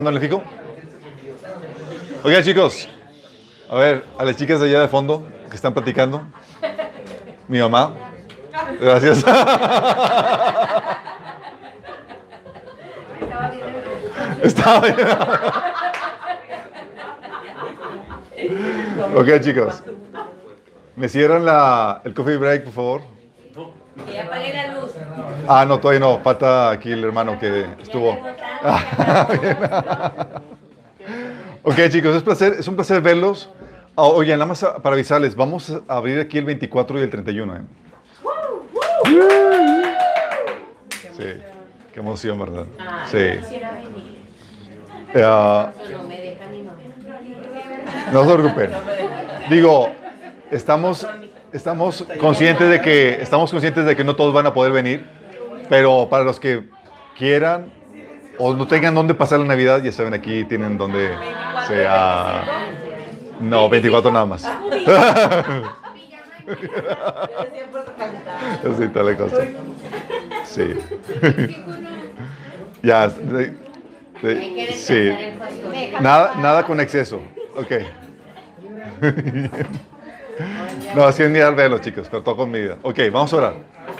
¿No le fijo? Oigan, chicos, a ver, a las chicas de allá de fondo que están platicando. Mi mamá. Gracias. Estaba bien. Ok, chicos. ¿Me cierran el coffee break, por favor? Que ya apague la luz. Ah, no, todavía no. Falta aquí el hermano que estuvo. Ok, chicos, es un placer verlos. Oye, nada más para avisarles, vamos a abrir aquí el 24 y el 31. Sí, qué emoción, ¿verdad? Sí. Quisiera venir. Ah, No me dejan y no me no se preocupen. Digo, estamos conscientes de que no todos van a poder venir, pero para los que quieran o no tengan dónde pasar la Navidad, ya saben, aquí tienen donde sea. No, 24 nada más. Así tal la cosa. Sí. Ya. Sí. Nada con exceso. Ok. No, así es mirar velos, chicos, pero todo con medida. Ok, vamos a orar.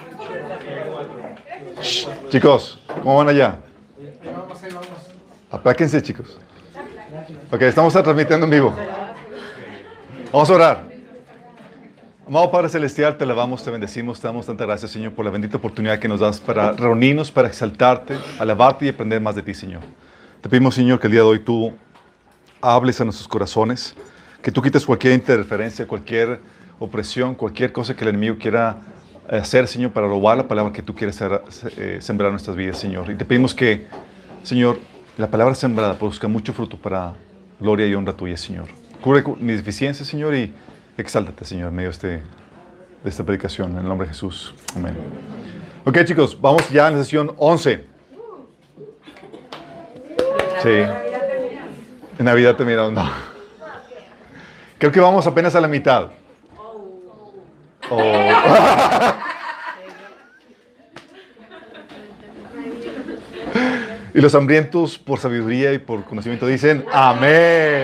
Shh, chicos, ¿cómo van allá? Apláquense, chicos. Ok, estamos transmitiendo en vivo. Vamos a orar. Amado Padre Celestial, te alabamos, te bendecimos, te damos tanta gracias, Señor, por la bendita oportunidad que nos das para reunirnos, para exaltarte, alabarte y aprender más de ti, Señor. Te pedimos, Señor, que el día de hoy tú hables a nuestros corazones, que tú quites cualquier interferencia, cualquier opresión, cualquier cosa que el enemigo quiera hacer, Señor, para robar la palabra que tú quieres sembrar en nuestras vidas, Señor. Y te pedimos que, Señor, la palabra sembrada produzca mucho fruto para gloria y honra tuya, Señor. Cubre mis deficiencias, Señor, y exáltate, Señor, en medio de esta predicación, en el nombre de Jesús. Amén. Ok, chicos, vamos ya en la sesión 11. Sí. En Navidad terminamos, no. Creo que vamos apenas a la mitad. Oh. Y los hambrientos por sabiduría y por conocimiento dicen amén.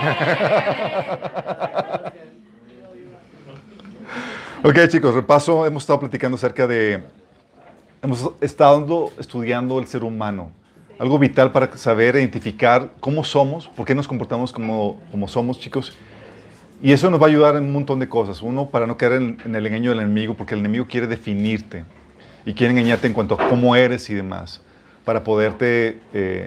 Ok, chicos, repaso. Hemos estado platicando hemos estado estudiando el ser humano. Algo vital para saber identificar cómo somos, por qué nos comportamos como somos, chicos. Y eso nos va a ayudar en un montón de cosas. Uno, para no caer en el engaño del enemigo, porque el enemigo quiere definirte y quiere engañarte en cuanto a cómo eres y demás, para poderte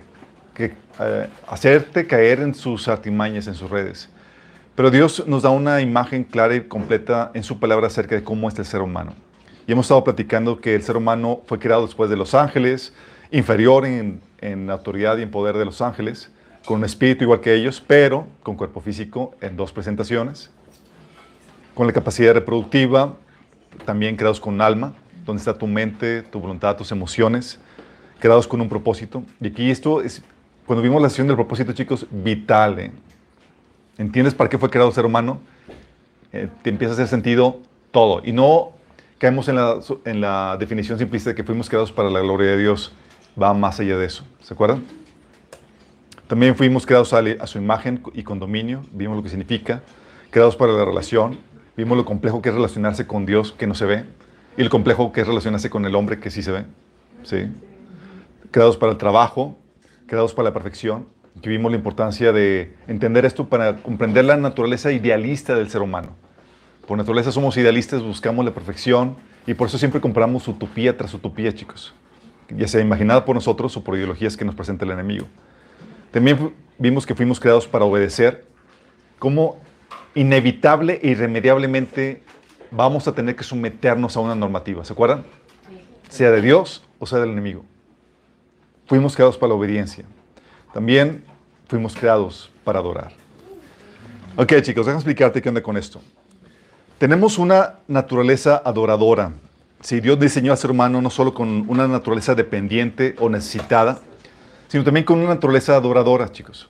hacerte caer en sus artimañas, en sus redes. Pero Dios nos da una imagen clara y completa en su palabra acerca de cómo es el ser humano. Y hemos estado platicando que el ser humano fue creado después de los ángeles, inferior en autoridad y en poder de los ángeles, con un espíritu igual que ellos, pero con cuerpo físico en 2 presentaciones, con la capacidad reproductiva, también creados con un alma, donde está tu mente, tu voluntad, tus emociones, creados con un propósito. Y aquí esto es, cuando vimos la sesión del propósito, chicos, vital. ¿Entiendes para qué fue creado el ser humano? Te empieza a hacer sentido todo. Y no caemos en la definición simplista de que fuimos creados para la gloria de Dios. Va más allá de eso. ¿Se acuerdan? También fuimos creados a su imagen y con dominio. Vimos lo que significa. Creados para la relación. Vimos lo complejo que es relacionarse con Dios que no se ve. Y lo complejo que es relacionarse con el hombre que sí se ve. ¿Sí? Creados para el trabajo. Creados para la perfección. Que vimos la importancia de entender esto para comprender la naturaleza idealista del ser humano. Por naturaleza somos idealistas, buscamos la perfección y por eso siempre compramos utopía tras utopía, chicos. Ya sea imaginada por nosotros o por ideologías que nos presenta el enemigo. También vimos que fuimos creados para obedecer, como inevitable e irremediablemente vamos a tener que someternos a una normativa, ¿se acuerdan? Sea de Dios o sea del enemigo. Fuimos creados para la obediencia. También fuimos creados para adorar. Ok, chicos, déjame explicarte qué onda con esto. Tenemos una naturaleza adoradora. Sí, Dios diseñó al ser humano no solo con una naturaleza dependiente o necesitada, sino también con una naturaleza adoradora, chicos.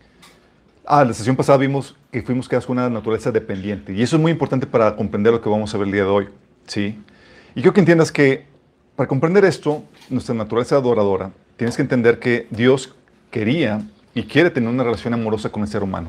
La sesión pasada vimos que fuimos creados con una naturaleza dependiente. Y eso es muy importante para comprender lo que vamos a ver el día de hoy. ¿Sí? Y quiero que entiendas que para comprender esto, nuestra naturaleza adoradora, tienes que entender que Dios quería y quiere tener una relación amorosa con el ser humano.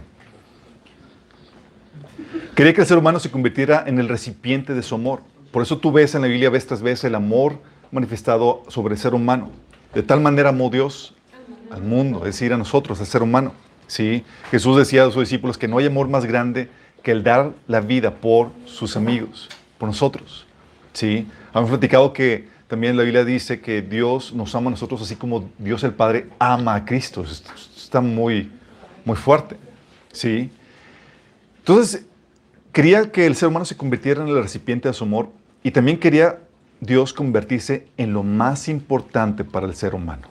Quería que el ser humano se convirtiera en el recipiente de su amor. Por eso tú ves en la Biblia vez tras vez el amor manifestado sobre el ser humano. De tal manera amó Dios al mundo, es decir, a nosotros, al ser humano. ¿Sí? Jesús decía a sus discípulos que no hay amor más grande que el dar la vida por sus amigos, por nosotros. ¿Sí? Hemos platicado que también la Biblia dice que Dios nos ama a nosotros así como Dios el Padre ama a Cristo. Esto está muy, muy fuerte. ¿Sí? Entonces, quería que el ser humano se convirtiera en el recipiente de su amor y también quería Dios convertirse en lo más importante para el ser humano.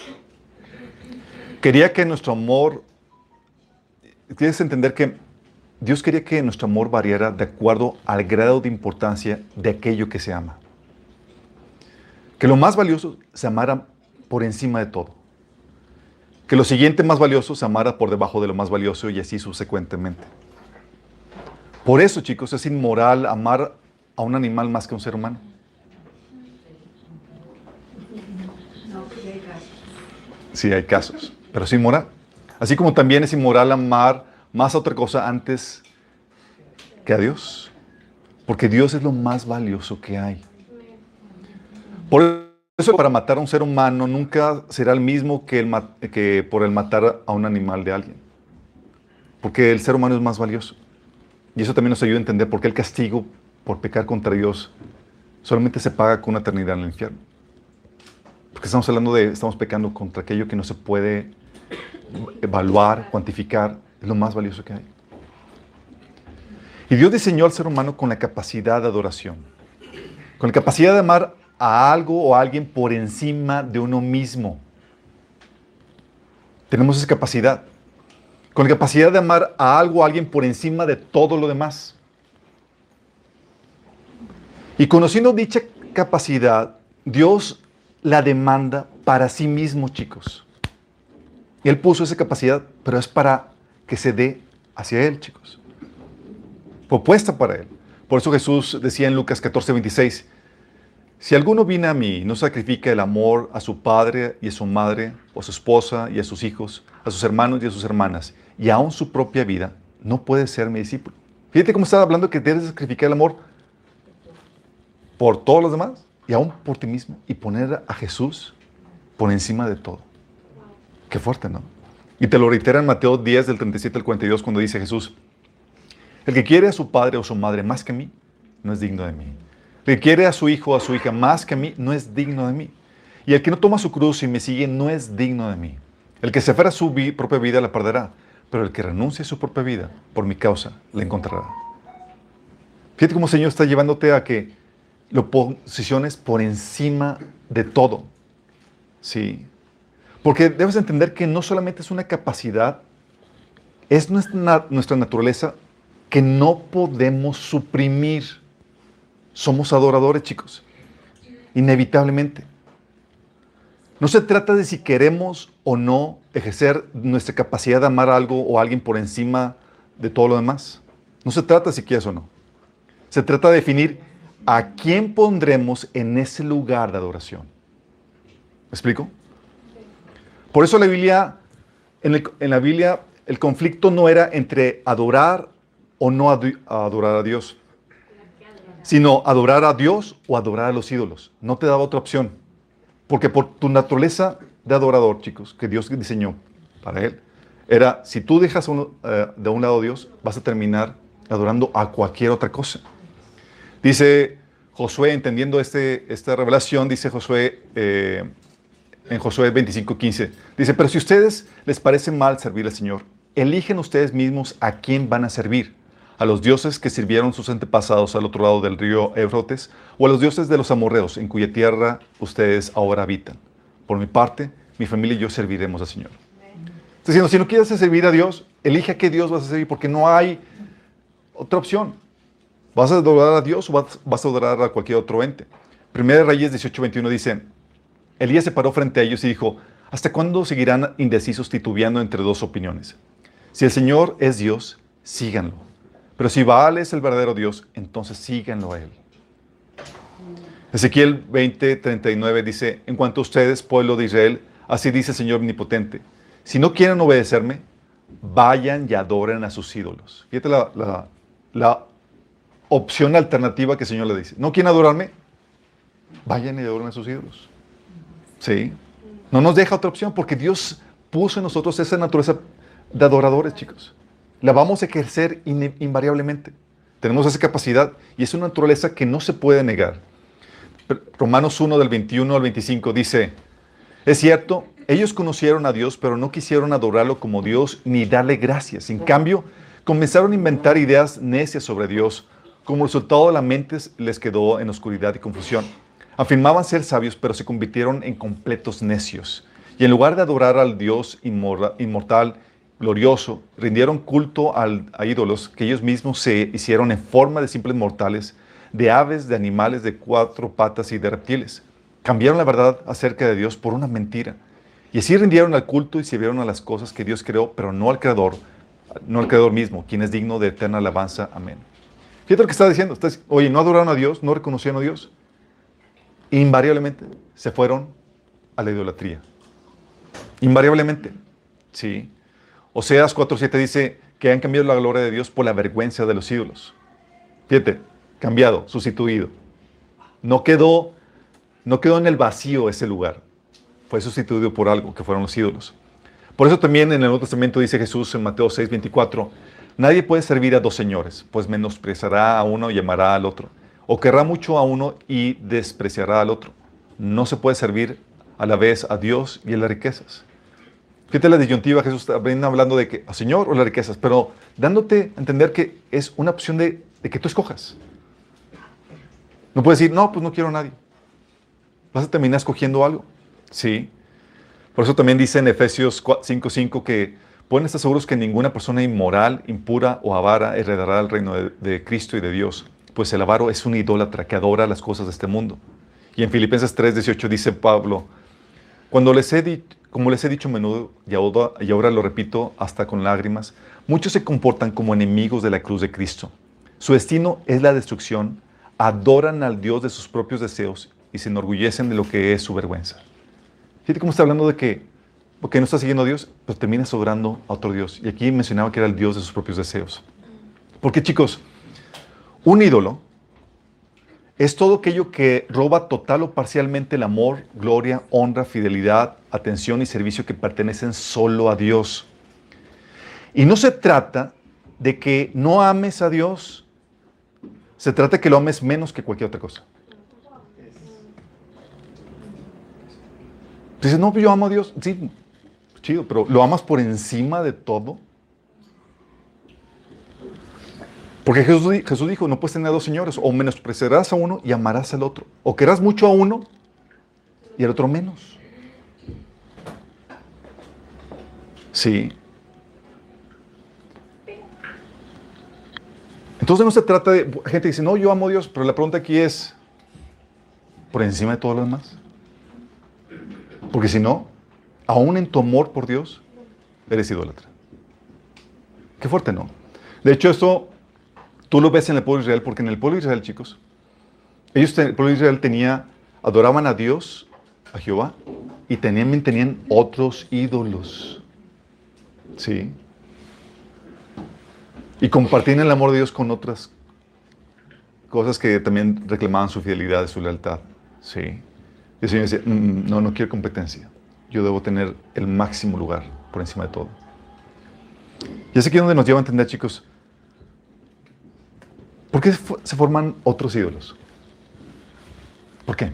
Quería que nuestro amor, tienes que entender que Dios quería que nuestro amor variara de acuerdo al grado de importancia de aquello que se ama. Que lo más valioso se amara por encima de todo. Que lo siguiente más valioso se amara por debajo de lo más valioso y así subsecuentemente. Por eso, chicos, es inmoral amar a un animal más que a un ser humano. Sí, hay casos, pero es inmoral. Así como también es inmoral amar más a otra cosa antes que a Dios. Porque Dios es lo más valioso que hay. Por eso, para matar a un ser humano nunca será el mismo que por el matar a un animal de alguien. Porque el ser humano es más valioso. Y eso también nos ayuda a entender por qué el castigo por pecar contra Dios solamente se paga con una eternidad en el infierno. Porque estamos pecando contra aquello que no se puede evaluar, cuantificar, es lo más valioso que hay. Y Dios diseñó al ser humano con la capacidad de adoración, con la capacidad de amar a algo o a alguien por encima de uno mismo. Tenemos esa capacidad. Con la capacidad de amar a algo o a alguien por encima de todo lo demás. Y conociendo dicha capacidad, Dios la demanda para sí mismo, chicos. Y Él puso esa capacidad, pero es para que se dé hacia Él, chicos. Propuesta para Él. Por eso Jesús decía en Lucas 14:26, si alguno viene a mí y no sacrifica el amor a su padre y a su madre, o a su esposa y a sus hijos, a sus hermanos y a sus hermanas, y aún su propia vida, no puede ser mi discípulo. Fíjate cómo estaba hablando que debes sacrificar el amor por todos los demás y aún por ti mismo y poner a Jesús por encima de todo. Qué fuerte, ¿no? Y te lo reitera en Mateo 10, del 37 al 42, cuando dice Jesús, el que quiere a su padre o su madre más que a mí, no es digno de mí. El que quiere a su hijo o a su hija más que a mí, no es digno de mí. Y el que no toma su cruz y me sigue, no es digno de mí. El que se aferra a su propia vida la perderá, pero el que renuncia a su propia vida, por mi causa, la encontrará. Fíjate cómo el Señor está llevándote a que lo posiciones por encima de todo. Sí. Porque debes entender que no solamente es una capacidad, es nuestra naturaleza que no podemos suprimir. Somos adoradores, chicos. Inevitablemente. No se trata de si queremos o no ejercer nuestra capacidad de amar a algo o a alguien por encima de todo lo demás. No se trata de si quieres o no. Se trata de definir a quién pondremos en ese lugar de adoración. ¿Me explico? Por eso en la Biblia el conflicto no era entre adorar o no adorar a Dios, sino adorar a Dios o adorar a los ídolos. No te daba otra opción. Porque por tu naturaleza de adorador, chicos, que Dios diseñó para Él, era, si tú dejas de un lado a Dios, vas a terminar adorando a cualquier otra cosa. Dice Josué, entendiendo esta revelación, dice Josué, en Josué 25:15, dice, pero si a ustedes les parece mal servir al Señor, eligen ustedes mismos a quién van a servir. A los dioses que sirvieron sus antepasados al otro lado del río Éufrates, o a los dioses de los amorreos, en cuya tierra ustedes ahora habitan. Por mi parte, mi familia y yo serviremos al Señor. Está diciendo, si no quieres servir a Dios, elige a qué Dios vas a servir, porque no hay otra opción. ¿Vas a adorar a Dios o vas a adorar a cualquier otro ente? Primera Reyes 18:21 dice, Elías se paró frente a ellos y dijo, ¿hasta cuándo seguirán indecisos titubeando entre dos opiniones? Si el Señor es Dios, síganlo. Pero si Baal es el verdadero Dios, entonces síganlo a Él. Ezequiel 20:39 dice, en cuanto a ustedes, pueblo de Israel, así dice el Señor omnipotente, si no quieren obedecerme, vayan y adoren a sus ídolos. Fíjate la opción alternativa que el Señor le dice. ¿No quieren adorarme? Vayan y adoren a sus ídolos. ¿Sí? No nos deja otra opción porque Dios puso en nosotros esa naturaleza de adoradores, chicos. La vamos a ejercer invariablemente. Tenemos esa capacidad y es una naturaleza que no se puede negar. Romanos 1 del 21 al 25 dice, es cierto, ellos conocieron a Dios, pero no quisieron adorarlo como Dios ni darle gracias. En cambio, comenzaron a inventar ideas necias sobre Dios. Como resultado, la mente les quedó en oscuridad y confusión. Afirmaban ser sabios, pero se convirtieron en completos necios. Y en lugar de adorar al Dios inmortal, glorioso, rindieron culto a ídolos que ellos mismos se hicieron en forma de simples mortales, de aves, de animales de 4 patas y de reptiles. Cambiaron la verdad acerca de Dios por una mentira. Y así rindieron al culto y sirvieron a las cosas que Dios creó, pero no al Creador mismo, quien es digno de eterna alabanza. Amén. Fíjate lo que está diciendo. Oye, no adoraron a Dios, no reconocieron a Dios. Invariablemente se fueron a la idolatría. Invariablemente. Sí. Oseas 4:7 dice que han cambiado la gloria de Dios por la vergüenza de los ídolos. Fíjate, cambiado, sustituido. No quedó en el vacío ese lugar. Fue sustituido por algo que fueron los ídolos. Por eso también en el Nuevo Testamento dice Jesús en Mateo 6:24, nadie puede servir a 2 señores, pues menospreciará a uno y amará al otro, o querrá mucho a uno y despreciará al otro. No se puede servir a la vez a Dios y a las riquezas. Fíjate la disyuntiva, Jesús viene hablando de que a Señor o las riquezas, pero dándote a entender que es una opción de que tú escojas. No puedes decir, no, pues no quiero a nadie. Vas a terminar escogiendo algo. Sí. Por eso también dice en Efesios 5:5 que pueden estar seguros que ninguna persona inmoral, impura o avara heredará el reino de Cristo y de Dios, pues el avaro es un idólatra que adora las cosas de este mundo. Y en Filipenses 3:18 dice Pablo, como les he dicho a menudo y ahora lo repito hasta con lágrimas, muchos se comportan como enemigos de la cruz de Cristo. Su destino es la destrucción, adoran al Dios de sus propios deseos y se enorgullecen de lo que es su vergüenza. Fíjate cómo está hablando de que, porque no está siguiendo a Dios, pues terminas adorando a otro Dios. Y aquí mencionaba que era el Dios de sus propios deseos. Porque, chicos, un ídolo es todo aquello que roba total o parcialmente el amor, gloria, honra, fidelidad, atención y servicio que pertenecen solo a Dios. Y no se trata de que no ames a Dios, se trata de que lo ames menos que cualquier otra cosa. Dices, no, yo amo a Dios. Sí, chido, pero ¿lo amas por encima de todo? Porque Jesús dijo, no puedes tener 2 señores, o menospreciarás a uno y amarás al otro. O querrás mucho a uno y al otro menos. Sí. Entonces no se trata de... Gente dice, no, yo amo a Dios, pero la pregunta aquí es, ¿por encima de todo lo demás? Porque si no, aún en tu amor por Dios, eres idólatra. Qué fuerte, ¿no? De hecho, esto tú lo ves en el pueblo de Israel, porque en el pueblo de Israel, chicos, el pueblo de Israel adoraban a Dios, a Jehová, y tenían otros ídolos. ¿Sí? Y compartían el amor de Dios con otras cosas que también reclamaban su fidelidad y su lealtad. ¿Sí? Y el Señor dice, no quiero competencia. Yo debo tener el máximo lugar por encima de todo. Y es aquí donde nos lleva a entender, chicos, ¿por qué se forman otros ídolos? ¿Por qué?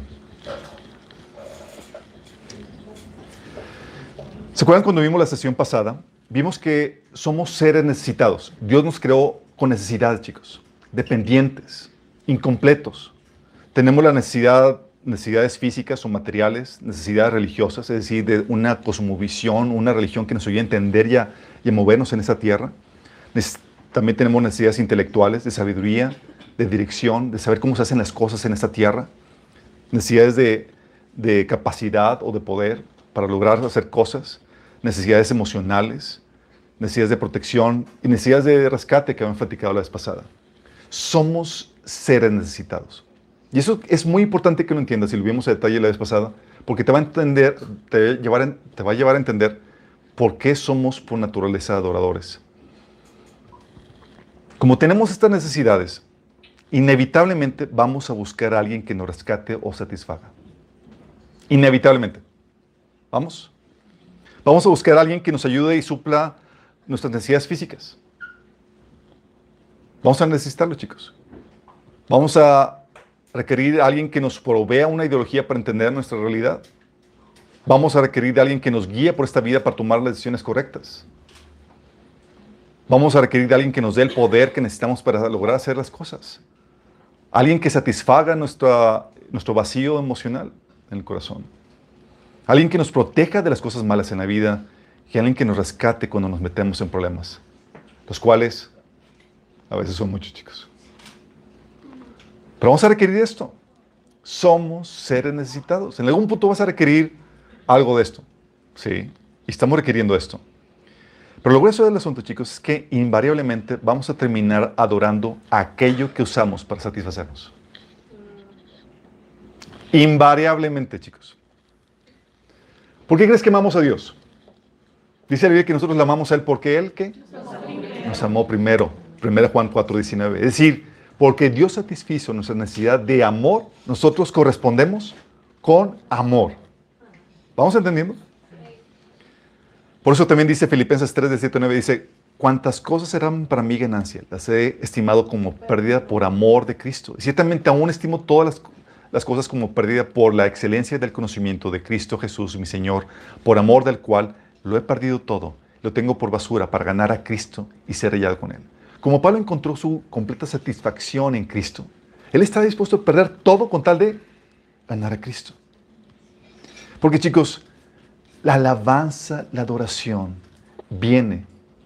¿Se acuerdan cuando vimos la sesión pasada? Vimos que somos seres necesitados. Dios nos creó con necesidades, chicos. Dependientes, incompletos. Tenemos la necesidades físicas o materiales, necesidades religiosas, es decir, de una cosmovisión, una religión que nos ayude a entender y a movernos en esta tierra. También tenemos necesidades intelectuales, de sabiduría, de dirección, de saber cómo se hacen las cosas en esta tierra. Necesidades de capacidad o de poder para lograr hacer cosas. Necesidades emocionales, necesidades de protección y necesidades de rescate que habíamos platicado la vez pasada. Somos seres necesitados. Y eso es muy importante que lo entiendas, y lo vimos a detalle la vez pasada, porque te va a llevar a entender ¿Por qué somos por naturaleza adoradores? Como tenemos estas necesidades, inevitablemente vamos a buscar a alguien que nos rescate o satisfaga. Inevitablemente. ¿Vamos? Vamos a buscar a alguien que nos ayude y supla nuestras necesidades físicas. Vamos a necesitarlo, chicos. Vamos a requerir a alguien que nos provea una ideología para entender nuestra realidad. Vamos a requerir de alguien que nos guíe por esta vida para tomar las decisiones correctas. Vamos a requerir de alguien que nos dé el poder que necesitamos para lograr hacer las cosas. Alguien que satisfaga nuestro vacío emocional en el corazón. Alguien que nos proteja de las cosas malas en la vida y alguien que nos rescate cuando nos metemos en problemas. Los cuales a veces son muchos, chicos. Pero vamos a requerir esto. Somos seres necesitados. En algún punto vas a requerir algo de esto. Sí. Y estamos requiriendo esto. Pero lo grueso del asunto, chicos, es que invariablemente vamos a terminar adorando aquello que usamos para satisfacernos. Invariablemente, chicos. ¿Por qué crees que amamos a Dios? Dice la Biblia que nosotros le amamos a Él porque Él, ¿qué? Nos amó primero. 1 Juan 4:19. Es decir, porque Dios satisfizo nuestra necesidad de amor, nosotros correspondemos con amor. ¿Vamos entendiendo? Por eso también dice Filipenses 3:7-9, dice, cuantas cosas eran para mí ganancia, las he estimado como pérdida por amor de Cristo. Y ciertamente aún estimo todas las cosas como pérdida por la excelencia del conocimiento de Cristo Jesús, mi Señor, por amor del cual lo he perdido todo, lo tengo por basura para ganar a Cristo y ser hallado con Él. Como Pablo encontró su completa satisfacción en Cristo, él estaba dispuesto a perder todo con tal de ganar a Cristo. Porque, chicos, la alabanza, la adoración, viene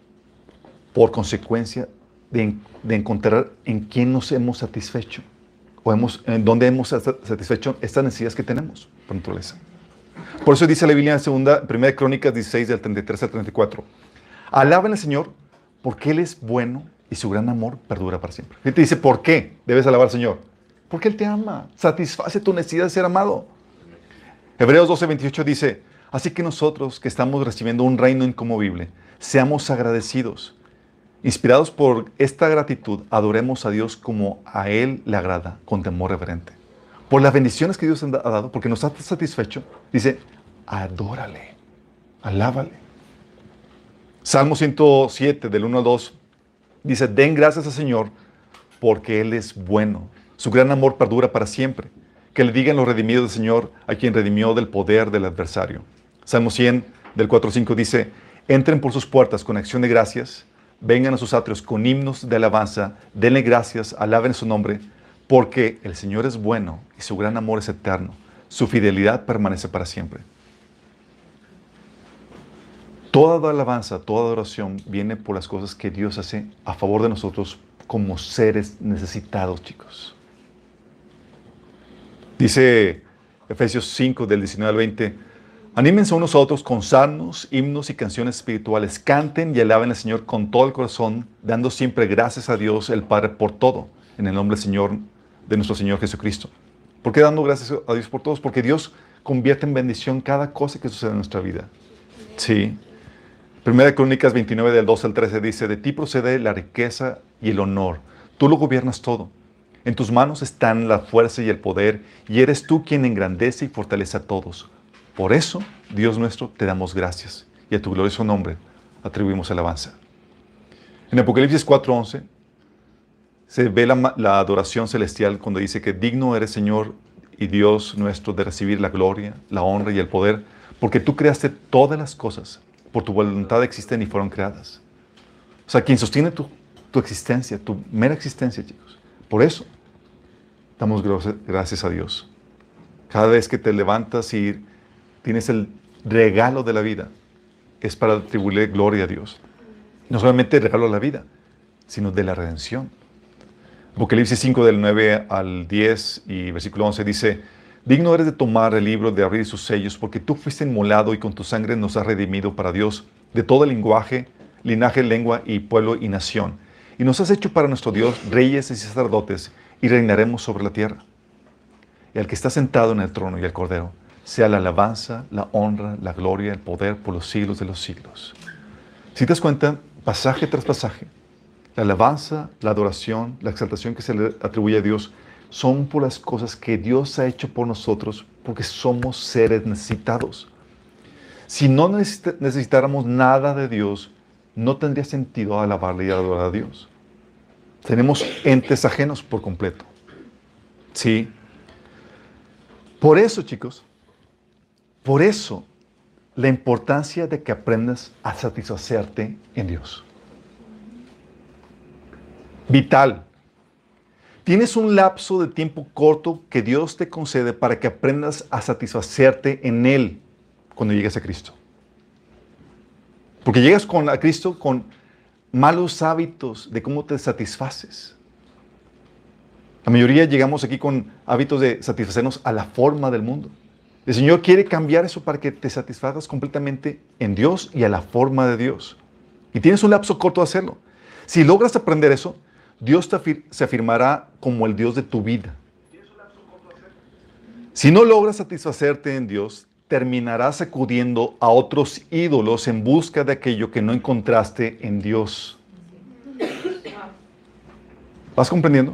por consecuencia de encontrar en quién nos hemos satisfecho o en dónde hemos satisfecho estas necesidades que tenemos por naturaleza. Por eso dice la Biblia en 1 Crónicas 16, del 33 al 34. Alaben al Señor porque Él es bueno y su gran amor perdura para siempre. Y te dice, ¿por qué debes alabar al Señor? Porque Él te ama, satisface tu necesidad de ser amado. Hebreos 12:28 dice, así que nosotros que estamos recibiendo un reino inconmovible, seamos agradecidos. Inspirados por esta gratitud, adoremos a Dios como a Él le agrada, con temor reverente. Por las bendiciones que Dios ha dado, porque nos ha satisfecho, dice, adórale, alábale. Salmo 107, del 1 al 2, dice, den gracias al Señor, porque Él es bueno. Su gran amor perdura para siempre. Que le digan los redimidos del Señor, a quien redimió del poder del adversario. Salmo 100, del 4 al 5, dice, entren por sus puertas con acción de gracias, vengan a sus atrios con himnos de alabanza, denle gracias, alaben su nombre, porque el Señor es bueno y su gran amor es eterno. Su fidelidad permanece para siempre. Toda alabanza, toda adoración viene por las cosas que Dios hace a favor de nosotros como seres necesitados, chicos. Dice Efesios 5, del 19 al 20, anímense unos a otros con salmos, himnos y canciones espirituales. Canten y alaben al Señor con todo el corazón, dando siempre gracias a Dios el Padre por todo, en el nombre del Señor, de nuestro Señor Jesucristo. ¿Por qué dando gracias a Dios por todos? Porque Dios convierte en bendición cada cosa que sucede en nuestra vida. Sí. Primera Crónicas 29, del 12 al 13 dice, de ti procede la riqueza y el honor. Tú lo gobiernas todo. En tus manos están la fuerza y el poder, y eres tú quien engrandece y fortalece a todos. Por eso, Dios nuestro, te damos gracias, y a tu glorioso nombre atribuimos alabanza. En Apocalipsis 4:11 se ve la adoración celestial cuando dice que digno eres, Señor y Dios nuestro, de recibir la gloria, la honra y el poder, porque tú creaste todas las cosas, por tu voluntad existen y fueron creadas. O sea, quien sostiene tu existencia, tu mera existencia, chicos. Por eso, damos gracias a Dios. Cada vez que te levantas y tienes el regalo de la vida, es para atribuirle gloria a Dios. No solamente el regalo de la vida, sino de la redención. Apocalipsis 5, del 9 al 10 y versículo 11 dice, digno eres de tomar el libro, de abrir sus sellos, porque tú fuiste inmolado y con tu sangre nos has redimido para Dios de todo lenguaje, linaje, lengua y pueblo y nación. Y nos has hecho para nuestro Dios reyes y sacerdotes, y reinaremos sobre la tierra. Y al que está sentado en el trono y al Cordero, sea la alabanza, la honra, la gloria, el poder por los siglos de los siglos. Si te das cuenta, pasaje tras pasaje, la alabanza, la adoración, la exaltación que se le atribuye a Dios son por las cosas que Dios ha hecho por nosotros, porque somos seres necesitados. Si no necesitáramos nada de Dios, no tendría sentido alabarle y adorar a Dios. Tenemos entes ajenos por completo. Sí. Por eso, chicos, por eso, la importancia de que aprendas a satisfacerte en Dios. Vital. Tienes un lapso de tiempo corto que Dios te concede para que aprendas a satisfacerte en Él cuando llegues a Cristo. Porque llegas a Cristo con malos hábitos de cómo te satisfaces. La mayoría llegamos aquí con hábitos de satisfacernos a la forma del mundo. El Señor quiere cambiar eso para que te satisfagas completamente en Dios y a la forma de Dios. Y tienes un lapso corto de hacerlo. Si logras aprender eso, Dios se afirmará como el Dios de tu vida. Si no logras satisfacerte en Dios, terminarás acudiendo a otros ídolos en busca de aquello que no encontraste en Dios. ¿Vas comprendiendo?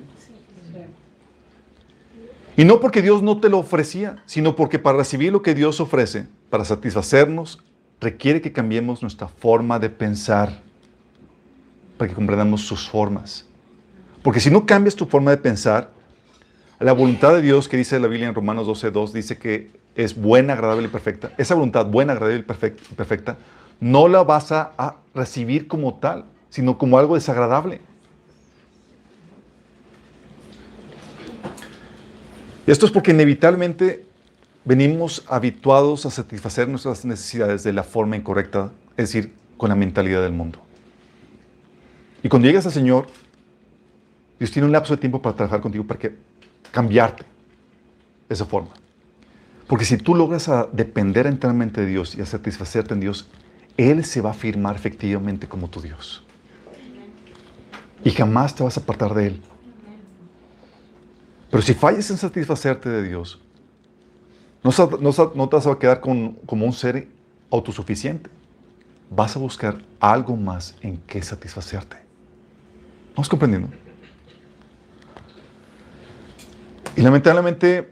Y no porque Dios no te lo ofrecía, sino porque para recibir lo que Dios ofrece, para satisfacernos, requiere que cambiemos nuestra forma de pensar, para que comprendamos sus formas. Porque si no cambias tu forma de pensar, la voluntad de Dios que dice la Biblia en Romanos 12:2 dice que es buena, agradable y perfecta. Esa voluntad buena, agradable y perfecta no la vas a recibir como tal, sino como algo desagradable. Y esto es porque inevitablemente venimos habituados a satisfacer nuestras necesidades de la forma incorrecta, es decir, con la mentalidad del mundo. Y cuando llegas al Señor, Dios tiene un lapso de tiempo para trabajar contigo, para cambiarte de esa forma. Porque si tú logras depender enteramente de Dios y a satisfacerte en Dios, Él se va a afirmar efectivamente como tu Dios. Y jamás te vas a apartar de Él. Pero si fallas en satisfacerte de Dios, no te vas a quedar como un ser autosuficiente. Vas a buscar algo más en qué satisfacerte. ¿Vamos comprendiendo? Y lamentablemente,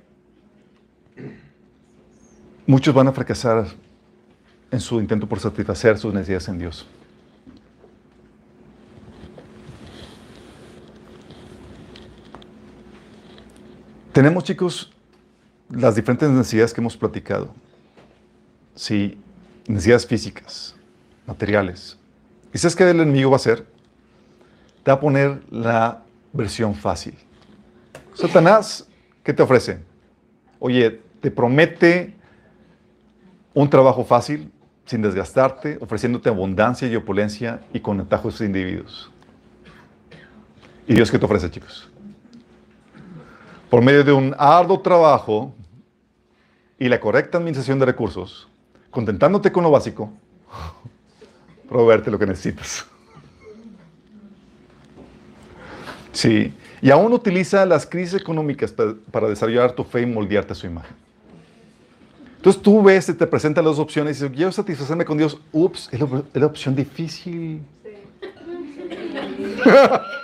muchos van a fracasar en su intento por satisfacer sus necesidades en Dios. Tenemos, chicos, las diferentes necesidades que hemos platicado. Sí, necesidades físicas, materiales. ¿Y sabes qué el enemigo va a hacer? Te va a poner la versión fácil. Satanás, ¿qué te ofrece? Oye, te promete un trabajo fácil, sin desgastarte, ofreciéndote abundancia y opulencia y con atajos de individuos. ¿Y Dios qué te ofrece, chicos? Por medio de un arduo trabajo y la correcta administración de recursos, contentándote con lo básico, proveerte lo que necesitas. Sí. Y aún utiliza las crisis económicas para desarrollar tu fe y moldearte a su imagen. Entonces tú ves, te presentan las opciones y dices, quiero satisfacerme con Dios. Ups, es la opción difícil. Sí.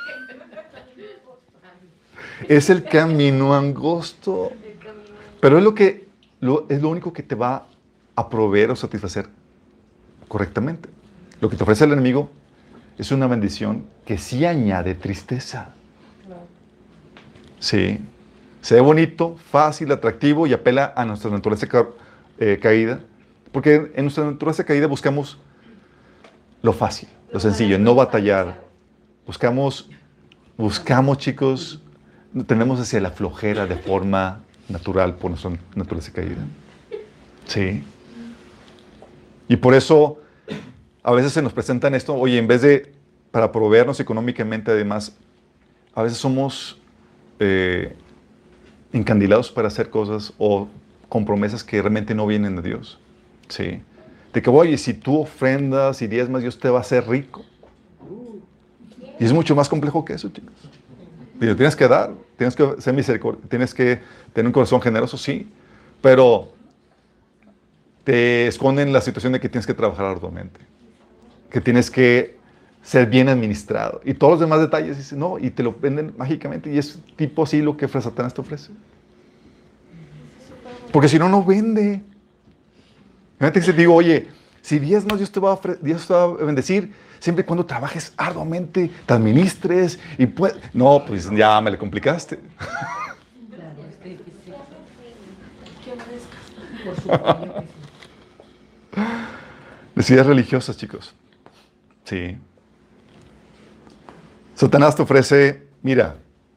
Es el camino angosto. Pero es lo único que te va a proveer o satisfacer correctamente. Lo que te ofrece el enemigo es una bendición que sí añade tristeza. Sí. Se ve bonito, fácil, atractivo y apela a nuestra naturaleza caída. Porque en nuestra naturaleza caída buscamos lo fácil, lo sencillo, no batallar. Buscamos, chicos, tenemos hacia la flojera de forma natural por nuestra naturaleza caída. Sí. Y por eso a veces se nos presentan esto, oye, en vez de para proveernos económicamente, además, a veces somos encandilados para hacer cosas o con promesas que realmente no vienen de Dios. Sí. De que, oye, si tú ofrendas y diezmas, Dios te va a hacer rico. Y es mucho más complejo que eso, chicos. Tienes que dar, tienes que ser misericordia, tienes que tener un corazón generoso, sí, pero te esconden la situación de que tienes que trabajar arduamente, que tienes que ser bien administrado. Y todos los demás detalles, dicen, no, y te lo venden mágicamente. Y es tipo así lo que Satanás te ofrece. Porque si no, no vende. Imagínate que te digo, oye, si diezmas, Dios te va a bendecir siempre y cuando trabajes arduamente, te administres y pues... No, pues ya me le complicaste. Claro, es difícil. Por supuesto que sí. Necesidades religiosas, chicos. Sí. Satanás te ofrece, mira,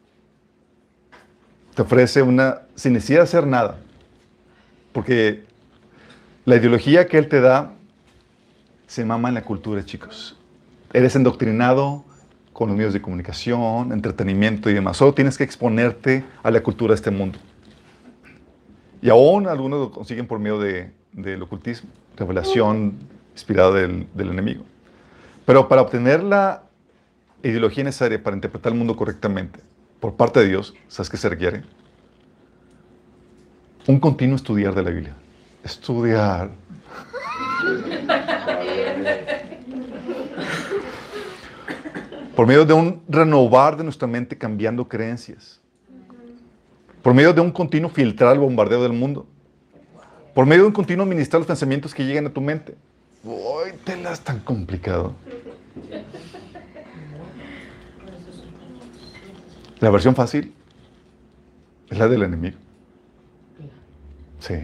te ofrece una, sin necesidad de hacer nada. Porque la ideología que él te da se mama en la cultura, chicos. Eres endoctrinado con los medios de comunicación, entretenimiento y demás. Solo tienes que exponerte a la cultura de este mundo. Y aún algunos lo consiguen por medio del ocultismo, revelación inspirada del enemigo. Pero para obtener la ideología necesaria para interpretar el mundo correctamente por parte de Dios, ¿sabes qué se requiere? Un continuo estudiar de la Biblia. Estudiar. Por medio de un renovar de nuestra mente cambiando creencias. Por medio de un continuo filtrar el bombardeo del mundo. Por medio de un continuo administrar los pensamientos que llegan a tu mente. ¡Uy, tela es tan complicado! La versión fácil es la del enemigo. Sí.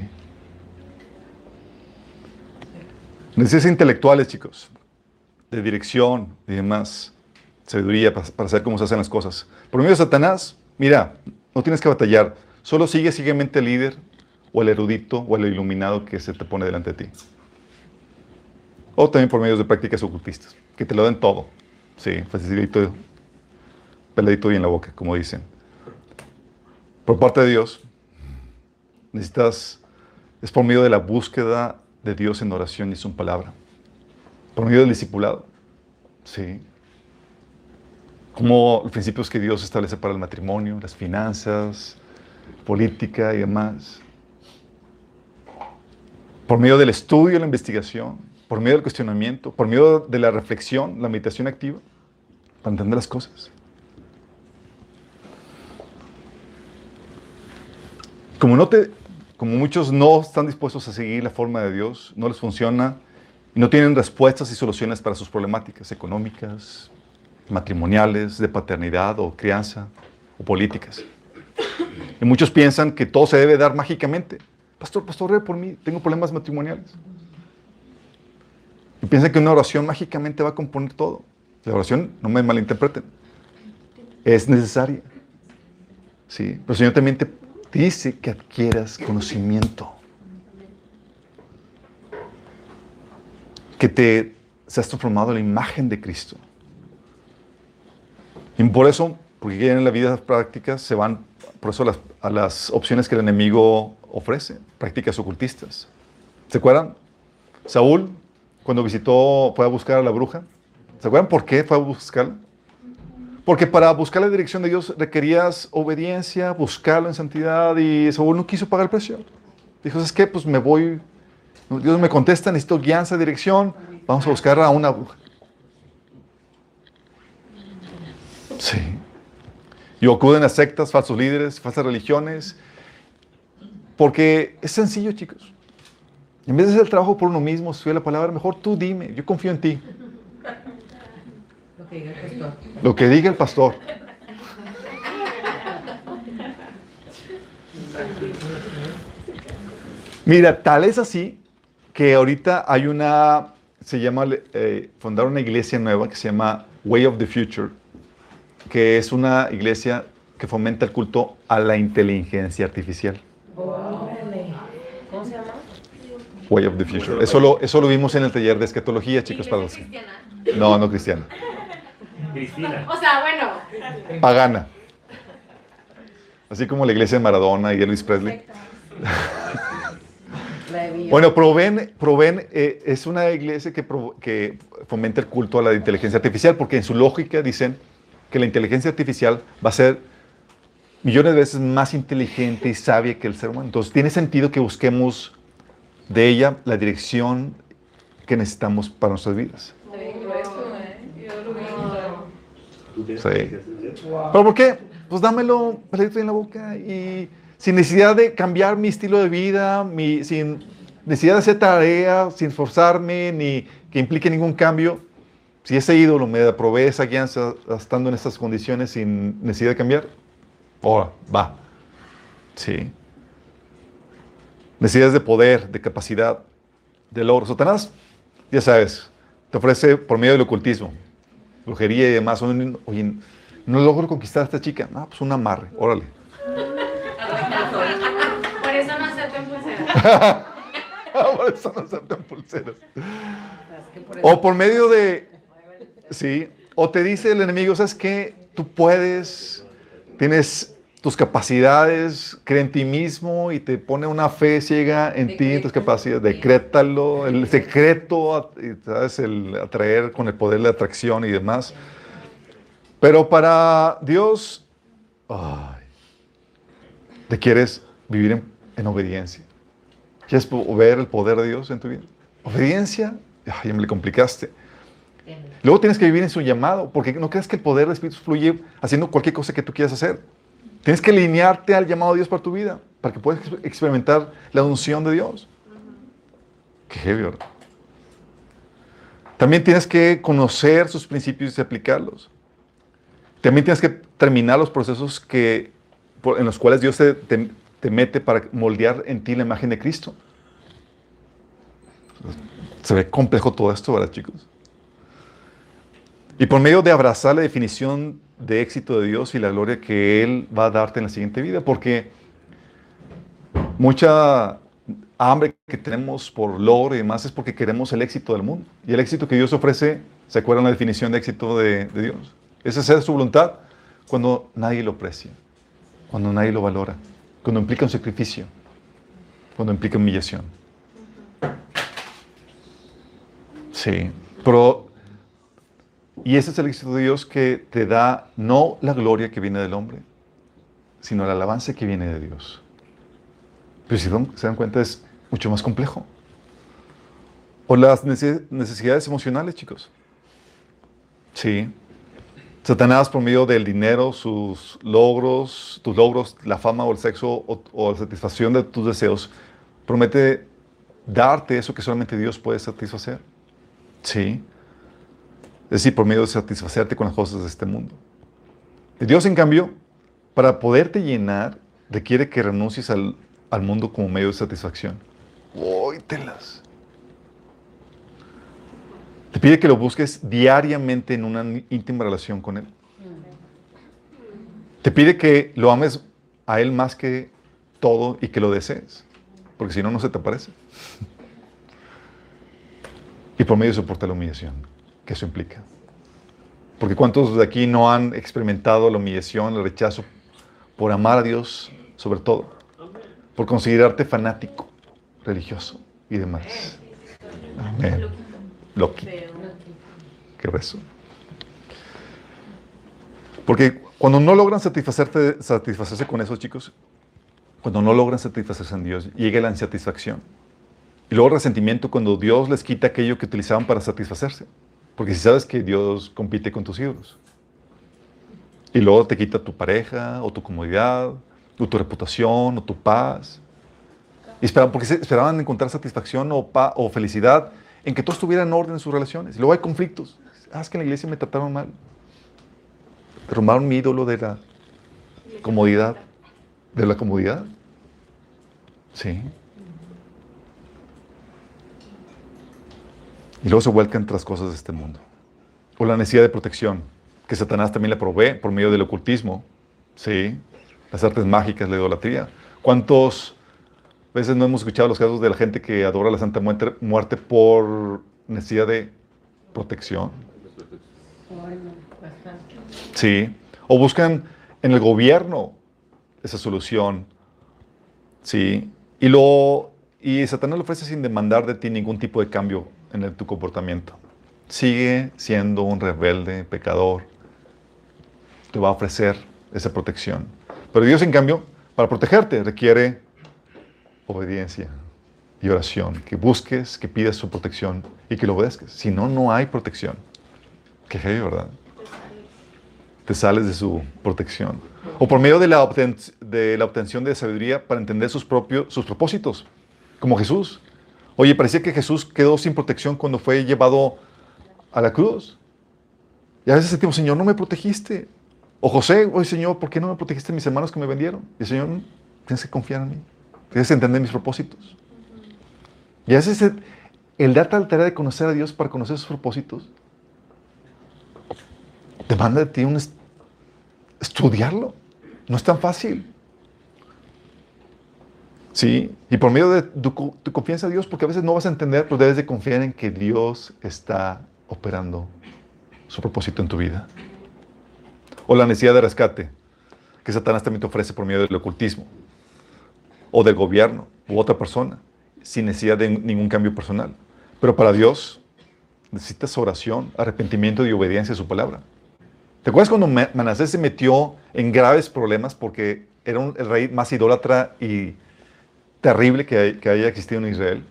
Necesidades intelectuales, chicos. De dirección y demás. Sabiduría para saber cómo se hacen las cosas. Por medio de Satanás, mira, no tienes que batallar. Solo sigue ciegamente al líder, o al erudito, o al iluminado que se te pone delante de ti. O también por medios de prácticas ocultistas, que te lo den todo. Sí, facilito, peladito y en la boca, como dicen. Por parte de Dios, es por medio de la búsqueda de Dios en oración y su palabra. Por medio del discipulado. Sí. Como los principios que Dios establece para el matrimonio, las finanzas, política y demás. Por medio del estudio y la investigación, por medio del cuestionamiento, por medio de la reflexión, la meditación activa, para entender las cosas. Como muchos no están dispuestos a seguir la forma de Dios, no les funciona y no tienen respuestas y soluciones para sus problemáticas económicas, matrimoniales, de paternidad o crianza o políticas. Y muchos piensan que todo se debe dar mágicamente. Pastor, ore por mí, tengo problemas matrimoniales. Y piensan que una oración mágicamente va a componer todo. La oración, no me malinterpreten, es necesaria. ¿Sí? Pero el Señor también te dice que adquieras conocimiento. Que te seas transformado en la imagen de Cristo. Y por eso, porque en la vida prácticas se van por eso a las opciones que el enemigo ofrece, prácticas ocultistas. ¿Se acuerdan? Saúl, cuando fue a buscar a la bruja, ¿se acuerdan por qué fue a buscarla? Porque para buscar la dirección de Dios requerías obediencia, buscarlo en santidad, y Saúl no quiso pagar el precio. Dijo, ¿sabes qué? Pues me voy, Dios me contesta, necesito guianza, dirección, vamos a buscar a una bruja. Sí. Y acuden a sectas, falsos líderes, falsas religiones, porque es sencillo, chicos. En vez de hacer el trabajo por uno mismo, estudiar la palabra, mejor tú dime, yo confío en ti. Lo que diga el pastor. Lo que diga el pastor. Mira, tal es así que ahorita hay fundaron una iglesia nueva que se llama Way of the Future, que es una iglesia que fomenta el culto a la inteligencia artificial. ¿Cómo se llama? Way of the Future. Eso lo vimos en el taller de escatología, chicos. Para los... cristiana? No cristiana. Cristina. O sea, bueno. Pagana. Así como la iglesia de Maradona y Elvis Presley. Bueno, Proven es una iglesia que fomenta el culto a la inteligencia artificial, porque en su lógica dicen que la inteligencia artificial va a ser millones de veces más inteligente y sabia que el ser humano. Entonces, tiene sentido que busquemos de ella la dirección que necesitamos para nuestras vidas. ¿Tú tienes Sí. que ¿Pero por qué? Pues dámelo, palito en la boca y sin necesidad de cambiar mi estilo de vida, sin necesidad de hacer tarea, sin esforzarme, ni que implique ningún cambio. Si ese ídolo me provee esa guianza estando en estas condiciones sin necesidad de cambiar, ahora, va. Sí. Necesidades de poder, de capacidad, de logro. Satanás, ya sabes, te ofrece por medio del ocultismo, brujería y demás. Oye, no logro conquistar a esta chica. No, pues un amarre, órale. Por eso no aceptan pulseras. Por eso no aceptan pulseras. O por medio de... Sí, o te dice el enemigo, ¿sabes qué? Tú puedes, tienes tus capacidades, cree en ti mismo y te pone una fe ciega en ti, en tus capacidades. Decrétalo, el secreto, ¿sabes? El atraer con el poder de la atracción y demás. Pero para Dios, te quieres vivir en obediencia. ¿Quieres ver el poder de Dios en tu vida? Obediencia, ya me le complicaste. Luego tienes que vivir en su llamado, porque no creas que el poder del Espíritu fluye haciendo cualquier cosa que tú quieras hacer. Tienes que alinearte al llamado de Dios para tu vida, para que puedas experimentar la unción de Dios. Qué heavy, ¿verdad? También tienes que conocer sus principios y aplicarlos. También tienes que terminar los procesos en los cuales Dios te mete para moldear en ti la imagen de Cristo. Se ve complejo todo esto, ¿verdad, chicos? Y por medio de abrazar la definición de éxito de Dios y la gloria que Él va a darte en la siguiente vida, porque mucha hambre que tenemos por logro y demás es porque queremos el éxito del mundo. Y el éxito que Dios ofrece, ¿se acuerdan la definición de éxito de Dios? Es hacer su voluntad cuando nadie lo aprecia, cuando nadie lo valora, cuando implica un sacrificio, cuando implica humillación. Sí, y ese es el éxito de Dios que te da no la gloria que viene del hombre, sino la alabanza que viene de Dios. Pero si se dan cuenta es mucho más complejo. O las necesidades emocionales, chicos. Sí. Satanás, por medio del dinero, tus logros, la fama o el sexo o la satisfacción de tus deseos, promete darte eso que solamente Dios puede satisfacer. Sí. Es decir, por medio de satisfacerte con las cosas de este mundo. Y Dios, en cambio, para poderte llenar, requiere que renuncies al mundo como medio de satisfacción. ¡Óytelas! Te pide que lo busques diariamente en una íntima relación con Él. Te pide que lo ames a Él más que todo y que lo desees, porque si no, no se te aparece. Y por medio de soportar la humillación que eso implica. Porque ¿cuántos de aquí no han experimentado la humillación, el rechazo por amar a Dios sobre todo? Por considerarte fanático, religioso y demás. Amén. Loki. Qué beso. Porque cuando no logran satisfacerse con esos chicos, cuando no logran satisfacerse en Dios, llega la insatisfacción. Y luego el resentimiento cuando Dios les quita aquello que utilizaban para satisfacerse. Porque si sabes que Dios compite con tus ídolos. Y luego te quita tu pareja, o tu comodidad, o tu reputación, o tu paz. Porque esperaban encontrar satisfacción o felicidad en que todo estuviera en orden en sus relaciones. Y luego hay conflictos. Es que en la iglesia me trataron mal. Derrumbaron mi ídolo de la comodidad. ¿De la comodidad? Sí. Y luego se vuelcan tras cosas de este mundo. O la necesidad de protección, que Satanás también le provee por medio del ocultismo. Sí. Las artes mágicas, la idolatría. ¿Cuántas veces no hemos escuchado los casos de la gente que adora a la Santa Muerte por necesidad de protección? Sí. O buscan en el gobierno esa solución. Sí. Y Satanás le ofrece sin demandar de ti ningún tipo de cambio en tu comportamiento. Sigue siendo un rebelde, pecador. Te va a ofrecer esa protección. Pero Dios, en cambio, para protegerte requiere obediencia. y oración, que busques, que pidas su protección y que lo obedezcas. Si no, no hay protección. Qué heavy, ¿verdad? Te sales de su protección. O por medio de la obtención de sabiduría para entender sus propósitos, como Jesús. Oye, parecía que Jesús quedó sin protección cuando fue llevado a la cruz. Y a veces sentimos, Señor, no me protegiste. O José, oye, Señor, ¿por qué no me protegiste a mis hermanos que me vendieron? Y el Señor, tienes que confiar en mí. Tienes que entender mis propósitos. Y a veces el darte la tarea de conocer a Dios para conocer sus propósitos demanda de ti estudiarlo. No es tan fácil. Sí, y por medio de tu confianza en Dios, porque a veces no vas a entender, pero debes de confiar en que Dios está operando su propósito en tu vida. O la necesidad de rescate que Satanás también te ofrece por medio del ocultismo, o del gobierno, u otra persona, sin necesidad de ningún cambio personal. Pero para Dios necesitas oración, arrepentimiento y obediencia a su palabra. ¿Te acuerdas cuando Manasés se metió en graves problemas porque era el rey más idólatra y terrible que haya existido en Israel?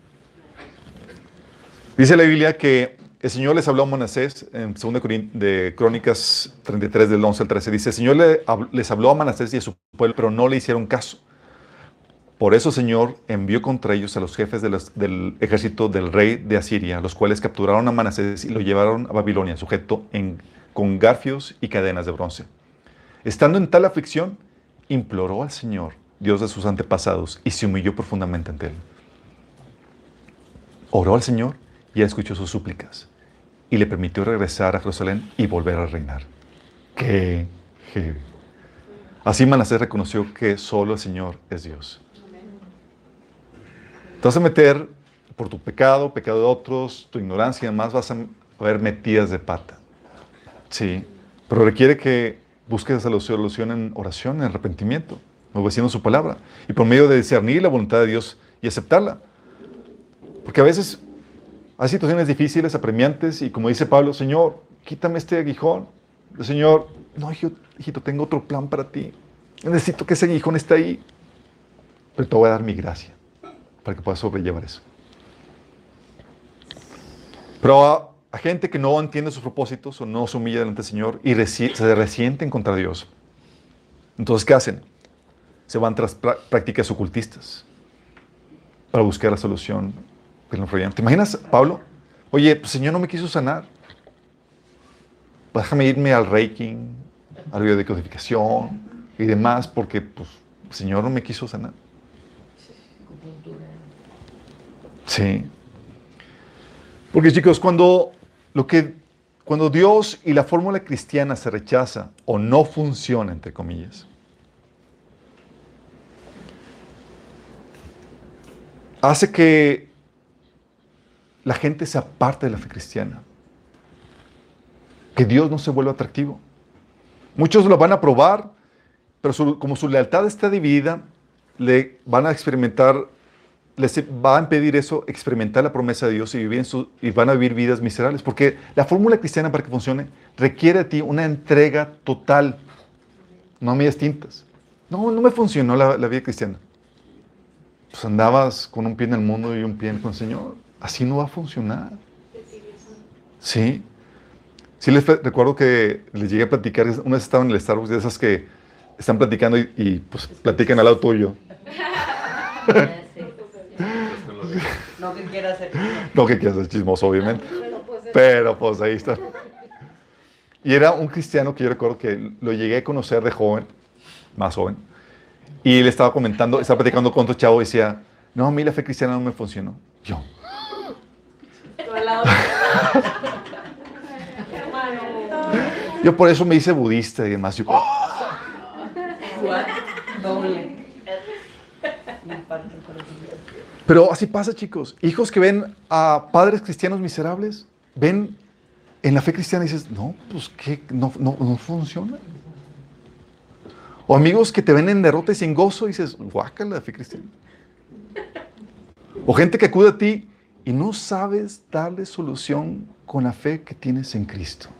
Dice la Biblia que el Señor les habló a Manasés en 2 de Crónicas 33 del 11 al 13. Dice, el Señor les habló a Manasés y a su pueblo, pero no le hicieron caso. Por eso el Señor envió contra ellos a los jefes del ejército del rey de Asiria, los cuales capturaron a Manasés y lo llevaron a Babilonia, sujeto con garfios y cadenas de bronce. Estando en tal aflicción, imploró al Señor, Dios de sus antepasados, y se humilló profundamente ante él. Oró al Señor y él escuchó sus súplicas y le permitió regresar a Jerusalén y volver a reinar. ¡Qué heavy! Así Manasés reconoció que solo el Señor es Dios. Te vas a meter por tu pecado de otros, tu ignorancia y demás, vas a ver metidas de pata. Sí, pero requiere que busques la solución en oración, en arrepentimiento, obedeciendo su palabra y por medio de discernir la voluntad de Dios y aceptarla. Porque a veces hay situaciones difíciles, apremiantes y como dice Pablo, Señor, quítame este aguijón. El Señor, no, hijito, tengo otro plan para ti. Necesito que ese aguijón esté ahí, pero te voy a dar mi gracia para que puedas sobrellevar eso. Pero a gente que no entiende sus propósitos o no se humilla delante del Señor y se resienten contra Dios. Entonces, ¿qué hacen? Se van tras prácticas ocultistas para buscar la solución. ¿Te imaginas, Pablo? Oye, pues, Señor no me quiso sanar. Déjame irme al Reiki, al biodecodificación y demás, porque pues, el Señor no me quiso sanar. Sí. Porque, chicos, cuando Dios y la fórmula cristiana se rechaza o no funciona, entre comillas, hace que la gente se aparte de la fe cristiana. Que Dios no se vuelva atractivo. Muchos lo van a probar, pero como su lealtad está dividida, le van a experimentar, les va a impedir eso, experimentar la promesa de Dios y van a vivir vidas miserables. Porque la fórmula cristiana para que funcione requiere de ti una entrega total, no a medias tintas. No me funcionó la vida cristiana. Pues andabas con un pie en el mundo y un pie con el Señor. Así no va a funcionar. Sí. Sí les recuerdo que les llegué a platicar, una vez estaba en el Starbucks, de esas que están platicando y pues platican al lado tuyo. No que quiera ser chismoso. No que quieras ser chismoso, obviamente. Pero pues ahí está. Y era un cristiano que yo recuerdo que lo llegué a conocer de joven, más joven. Y él estaba platicando con otro chavo y decía, no, a mí la fe cristiana no me funcionó. Yo. Yo por eso me hice budista y demás. Yo, Doble. pero así pasa, chicos. Hijos que ven a padres cristianos miserables, ven en la fe cristiana y dices, no, pues que no funciona. O amigos que te ven en derrota y sin gozo y dices, guácala la fe cristiana. O gente que acude a ti y no sabes darle solución con la fe que tienes en Cristo.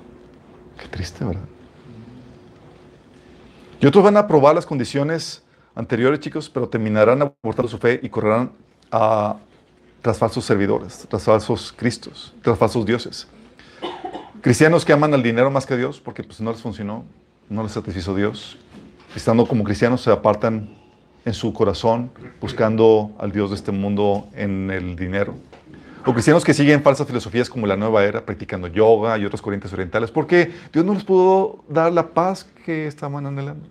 Qué triste, ¿verdad? Y otros van a probar las condiciones anteriores, chicos, pero terminarán abortando su fe y correrán tras falsos servidores, tras falsos cristos, tras falsos dioses. Cristianos que aman al dinero más que a Dios porque pues, no les funcionó, no les satisfizo Dios. Estando como cristianos se apartan en su corazón buscando al Dios de este mundo en el dinero. O cristianos que siguen falsas filosofías como la nueva era, practicando yoga y otras corrientes orientales, porque Dios no les pudo dar la paz que estaban anhelando.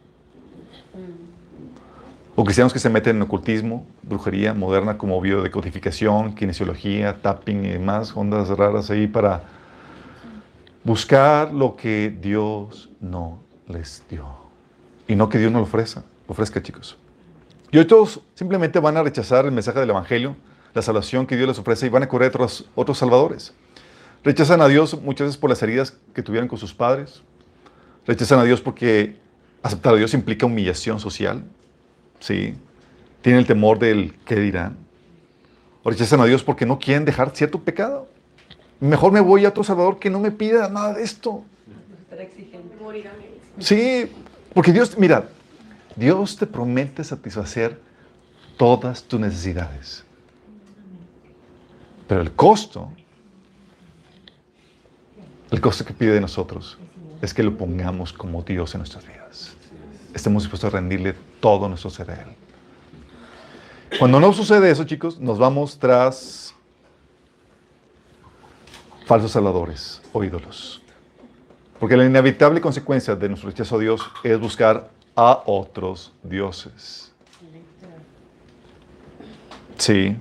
O cristianos que se meten en ocultismo, brujería moderna como biodecodificación, kinesiología, tapping y demás, ondas raras ahí para buscar lo que Dios no les dio. Y no que Dios no lo ofrezca, chicos. Y hoy todos simplemente van a rechazar el mensaje del Evangelio, la salvación que Dios les ofrece y van a correr otros salvadores. Rechazan a Dios muchas veces por las heridas que tuvieron con sus padres. Rechazan a Dios porque aceptar a Dios implica humillación social. ¿Sí? Tienen el temor del qué dirán. O rechazan a Dios porque no quieren dejar cierto pecado. Mejor me voy a otro salvador que no me pida nada de esto. Estar exigente. Morir a mí. Sí, porque Dios, mira, Dios te promete satisfacer todas tus necesidades. Pero el costo que pide de nosotros es que lo pongamos como Dios en nuestras vidas. Estemos dispuestos a rendirle todo nuestro ser a Él. Cuando no sucede eso, chicos, nos vamos tras falsos salvadores o ídolos. Porque la inevitable consecuencia de nuestro rechazo a Dios es buscar a otros dioses. Sí.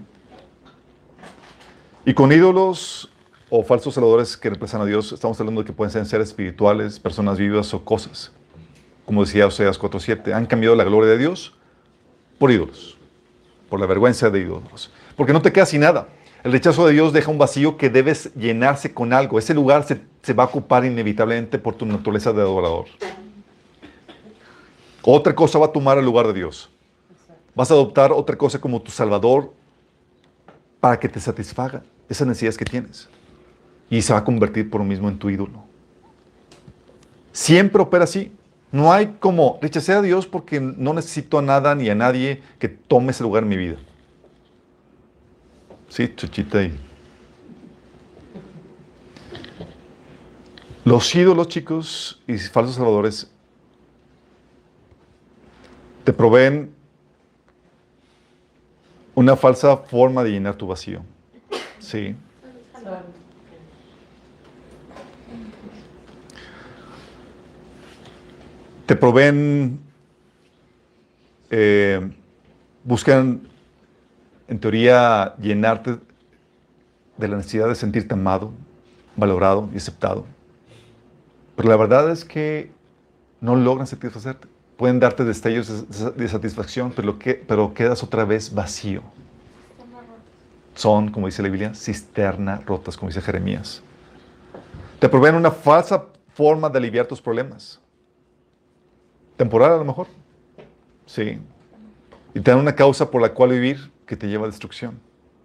Y con ídolos o falsos salvadores que reemplazan a Dios, estamos hablando de que pueden ser seres espirituales, personas vivas o cosas. Como decía Oseas 4:7, han cambiado la gloria de Dios por ídolos, por la vergüenza de ídolos. Porque no te quedas sin nada. El rechazo de Dios deja un vacío que debes llenarse con algo. Ese lugar se va a ocupar inevitablemente por tu naturaleza de adorador. Otra cosa va a tomar el lugar de Dios. Vas a adoptar otra cosa como tu Salvador para que te satisfaga esas necesidades que tienes. Y se va a convertir por lo mismo en tu ídolo. Siempre opera así. No hay como rechacé a Dios porque no necesito a nada ni a nadie que tome ese lugar en mi vida. Sí, chuchita y... Los ídolos, chicos, y falsos salvadores te proveen una falsa forma de llenar tu vacío. Sí. Te proveen, buscan, en teoría, llenarte de la necesidad de sentirte amado, valorado y aceptado. Pero la verdad es que no logran satisfacerte. Pueden darte destellos de satisfacción, pero quedas otra vez vacío. Son, como dice la Biblia, cisternas rotas, como dice Jeremías. Te proveen una falsa forma de aliviar tus problemas. Temporal a lo mejor. Sí. Y te dan una causa por la cual vivir que te lleva a destrucción.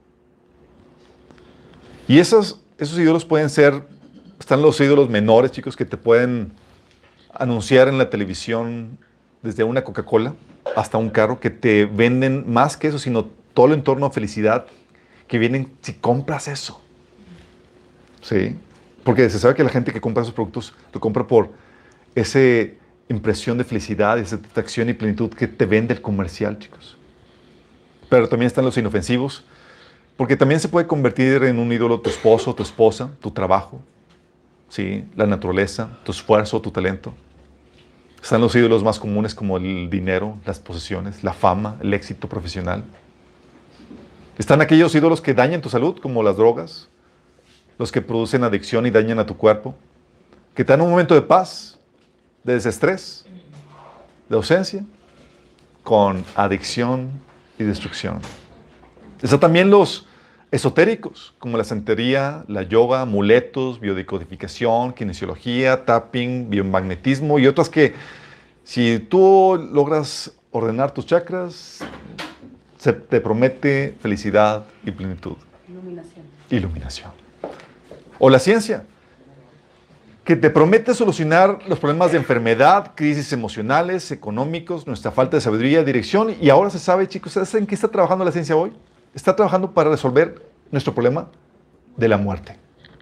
Y esos ídolos pueden ser, están los ídolos menores, chicos, que te pueden anunciar en la televisión desde una Coca-Cola hasta un carro, que te venden más que eso, sino todo el entorno de felicidad que vienen si compras eso. Sí. Porque se sabe que la gente que compra esos productos lo compra por ese impresión de felicidad, de satisfacción y plenitud que te vende el comercial, chicos. Pero también están los inofensivos, porque también se puede convertir en un ídolo tu esposo, tu esposa, tu trabajo, ¿sí? La naturaleza, tu esfuerzo, tu talento. Están los ídolos más comunes como el dinero, las posesiones, la fama, el éxito profesional. Están aquellos ídolos que dañan tu salud, como las drogas, los que producen adicción y dañan a tu cuerpo, que te dan un momento de paz, de desestrés, de ausencia, con adicción y destrucción. Están también los esotéricos, como la santería, la yoga, amuletos, biodecodificación, kinesiología, tapping, biomagnetismo y otras que, si tú logras ordenar tus chakras, se te promete felicidad y plenitud. Iluminación. Iluminación. O la ciencia, que te promete solucionar los problemas de enfermedad, crisis emocionales, económicos, nuestra falta de sabiduría, dirección. Y ahora se sabe, chicos, ¿sabes en qué está trabajando la ciencia hoy? Está trabajando para resolver nuestro problema de la muerte.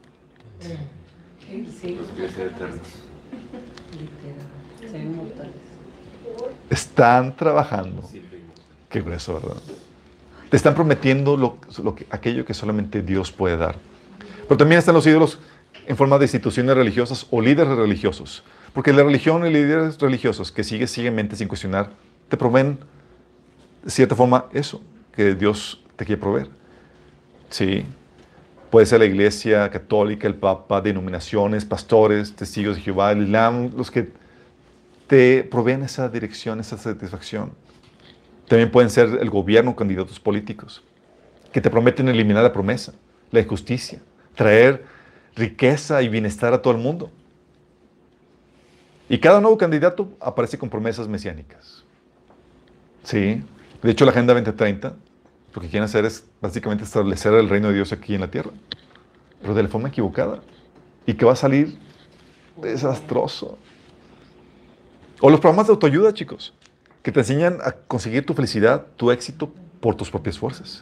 Sí, literal. Ser inmortales. Están trabajando. Qué grueso, ¿verdad? Te están prometiendo aquello que solamente Dios puede dar. Pero también están los ídolos en forma de instituciones religiosas o líderes religiosos. Porque la religión y líderes religiosos que sigues ciegamente sin cuestionar, te proveen, de cierta forma, eso que Dios te quiere proveer. Sí. Puede ser la iglesia católica, el papa, denominaciones, pastores, testigos de Jehová, el Islam, los que te proveen esa dirección, esa satisfacción. También pueden ser el gobierno, candidatos políticos, que te prometen eliminar la promesa, la injusticia, traer riqueza y bienestar a todo el mundo. Y cada nuevo candidato aparece con promesas mesiánicas. Sí. De hecho, la Agenda 2030, lo que quieren hacer es básicamente establecer el reino de Dios aquí en la tierra, pero de la forma equivocada. Y que va a salir desastroso. O los programas de autoayuda, chicos, que te enseñan a conseguir tu felicidad, tu éxito por tus propias fuerzas.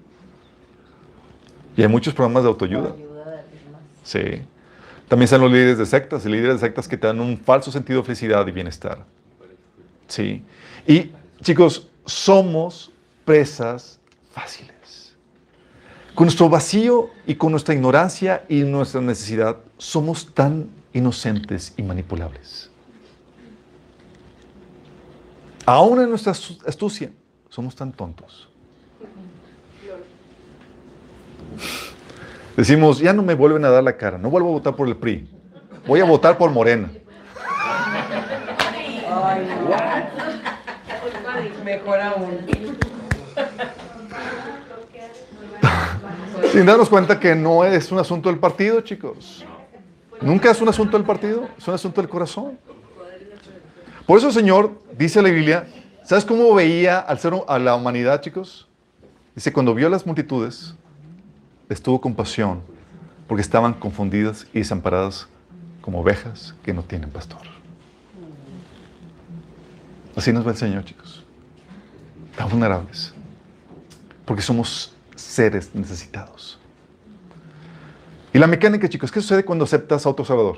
Y hay muchos programas de autoayuda. Sí. También están los líderes de sectas, y líderes de sectas que te dan un falso sentido de felicidad y bienestar. Sí. Y, chicos, somos presas fáciles. Con nuestro vacío y con nuestra ignorancia y nuestra necesidad, somos tan inocentes y manipulables. Aún en nuestra astucia, somos tan tontos. Decimos, ya no me vuelven a dar la cara, no vuelvo a votar por el PRI, voy a votar por Morena. Ay, no. Mejor aún. Sin darnos cuenta que no es un asunto del partido, chicos. Nunca es un asunto del partido, es un asunto del corazón. Por eso el Señor, dice la Biblia, ¿sabes cómo veía a la humanidad, chicos? Dice, cuando vio a las multitudes, les tuvo compasión, porque estaban confundidas y desamparadas como ovejas que no tienen pastor. Así nos ve el Señor, chicos. Tan vulnerables. Porque somos seres necesitados. Y la mecánica, chicos, ¿qué sucede cuando aceptas a otro Salvador?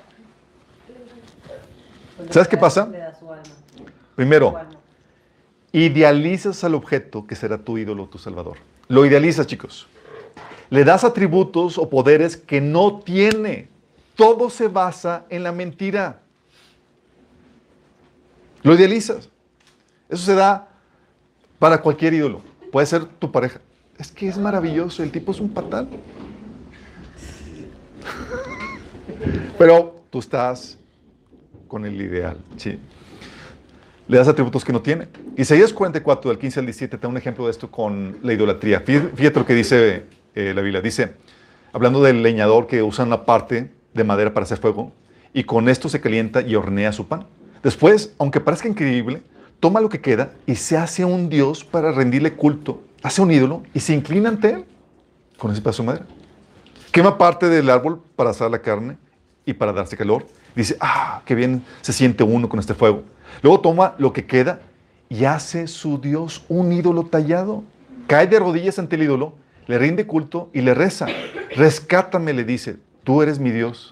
¿Sabes qué pasa? Primero, idealizas al objeto que será tu ídolo, tu Salvador. Lo idealizas, chicos. Le das atributos o poderes que no tiene. Todo se basa en la mentira. Lo idealizas. Eso se da para cualquier ídolo. Puede ser tu pareja. Es que es maravilloso, el tipo es un patán. Pero tú estás con el ideal, ¿sí? Le das atributos que no tiene. Isaías 44, del 15 al 17, te da un ejemplo de esto con la idolatría. Fíjate lo que dice la Biblia. Dice, hablando del leñador que usa una parte de madera para hacer fuego, y con esto se calienta y hornea su pan. Después, aunque parezca increíble, toma lo que queda y se hace un dios para rendirle culto, hace un ídolo y se inclina ante él con ese pedazo de madera. Quema parte del árbol para asar la carne y para darse calor. Dice, qué bien se siente uno con este fuego. Luego toma lo que queda y hace su Dios un ídolo tallado. Cae de rodillas ante el ídolo, le rinde culto y le reza. Rescátame, le dice, tú eres mi Dios.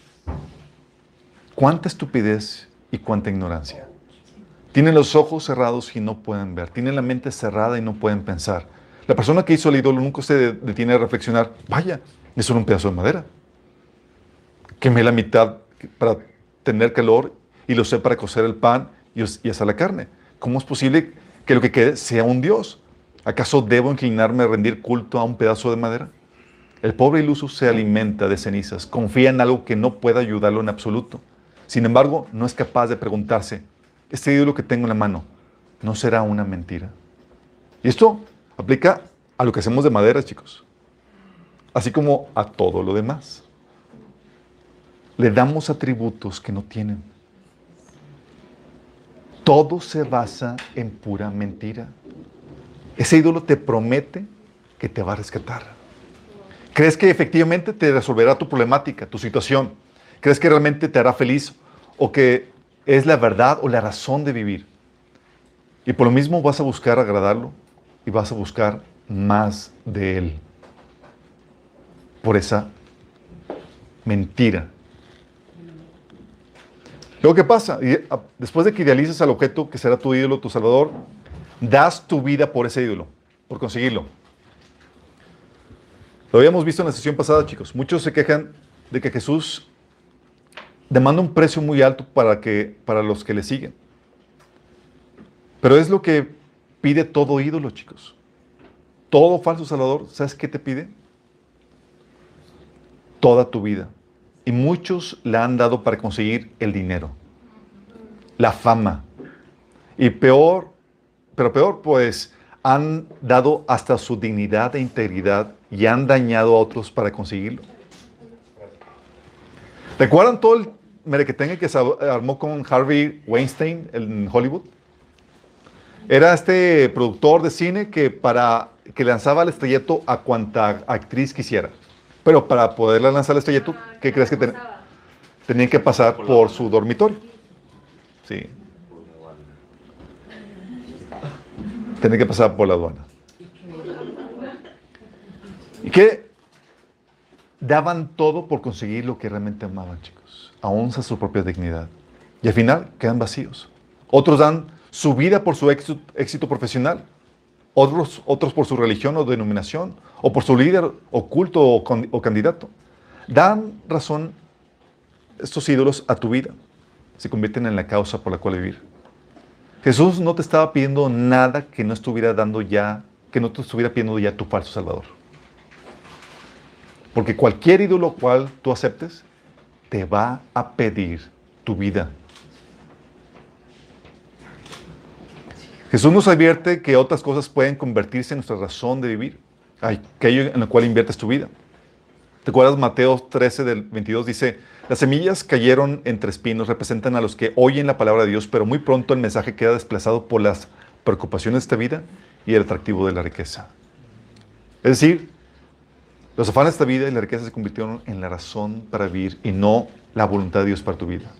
Cuánta estupidez y cuánta ignorancia. Tienen los ojos cerrados y no pueden ver. Tienen la mente cerrada y no pueden pensar. La persona que hizo el ídolo nunca se detiene a reflexionar. Vaya, es solo un pedazo de madera. Quemé la mitad para tener calor y lo usé para cocer el pan y asar la carne. ¿Cómo es posible que lo que quede sea un Dios? ¿Acaso debo inclinarme a rendir culto a un pedazo de madera? El pobre iluso se alimenta de cenizas, confía en algo que no pueda ayudarlo en absoluto. Sin embargo, no es capaz de preguntarse, ¿este ídolo que tengo en la mano no será una mentira? Y esto aplica a lo que hacemos de madera, chicos, así como a todo lo demás. Le damos atributos que no tienen. Todo se basa en pura mentira. Ese ídolo te promete que te va a rescatar. Crees que efectivamente te resolverá tu problemática, tu situación. crees que realmente te hará feliz o que es la verdad o la razón de vivir. Y por lo mismo vas a buscar agradarlo y vas a buscar más de Él. Por esa mentira. Luego, ¿qué pasa? Después de que idealizas al objeto que será tu ídolo, tu salvador, das tu vida por ese ídolo, por conseguirlo. Lo habíamos visto en la sesión pasada, chicos. Muchos se quejan de que Jesús demanda un precio muy alto para los que le siguen. Pero es lo que pide todo ídolo, chicos. Todo falso salvador, ¿sabes qué te pide? Toda tu vida. Y muchos la han dado para conseguir el dinero, la fama. Y peor, pues han dado hasta su dignidad e integridad y han dañado a otros para conseguirlo. ¿Recuerdan todo el merequetengue que se armó con Harvey Weinstein en Hollywood? Era este productor de cine que lanzaba al estrellato a cuanta actriz quisiera. Pero para poderla lanzar al estrellato, ¿qué crees que tenían que pasar por su dormitorio? Sí. Tenían que pasar por la aduana. ¿Y qué? Daban todo por conseguir lo que realmente amaban, chicos. Aún a su propia dignidad. Y al final quedan vacíos. Otros dan su vida por su éxito profesional. Otros por su religión o denominación, o por su líder oculto o candidato. Dan razón estos ídolos a tu vida. Se convierten en la causa por la cual vivir. Jesús no te estaba pidiendo nada que no estuviera dando ya, que no te estuviera pidiendo ya tu falso Salvador. Porque cualquier ídolo cual tú aceptes, te va a pedir tu vida. Jesús nos advierte que otras cosas pueden convertirse en nuestra razón de vivir, aquello en lo cual inviertes tu vida. ¿Te acuerdas? Mateo 13 del 22 dice, las semillas cayeron entre espinos, representan a los que oyen la palabra de Dios, pero muy pronto el mensaje queda desplazado por las preocupaciones de esta vida y el atractivo de la riqueza. Es decir, los afanes de esta vida y la riqueza se convirtieron en la razón para vivir y no la voluntad de Dios para tu vida.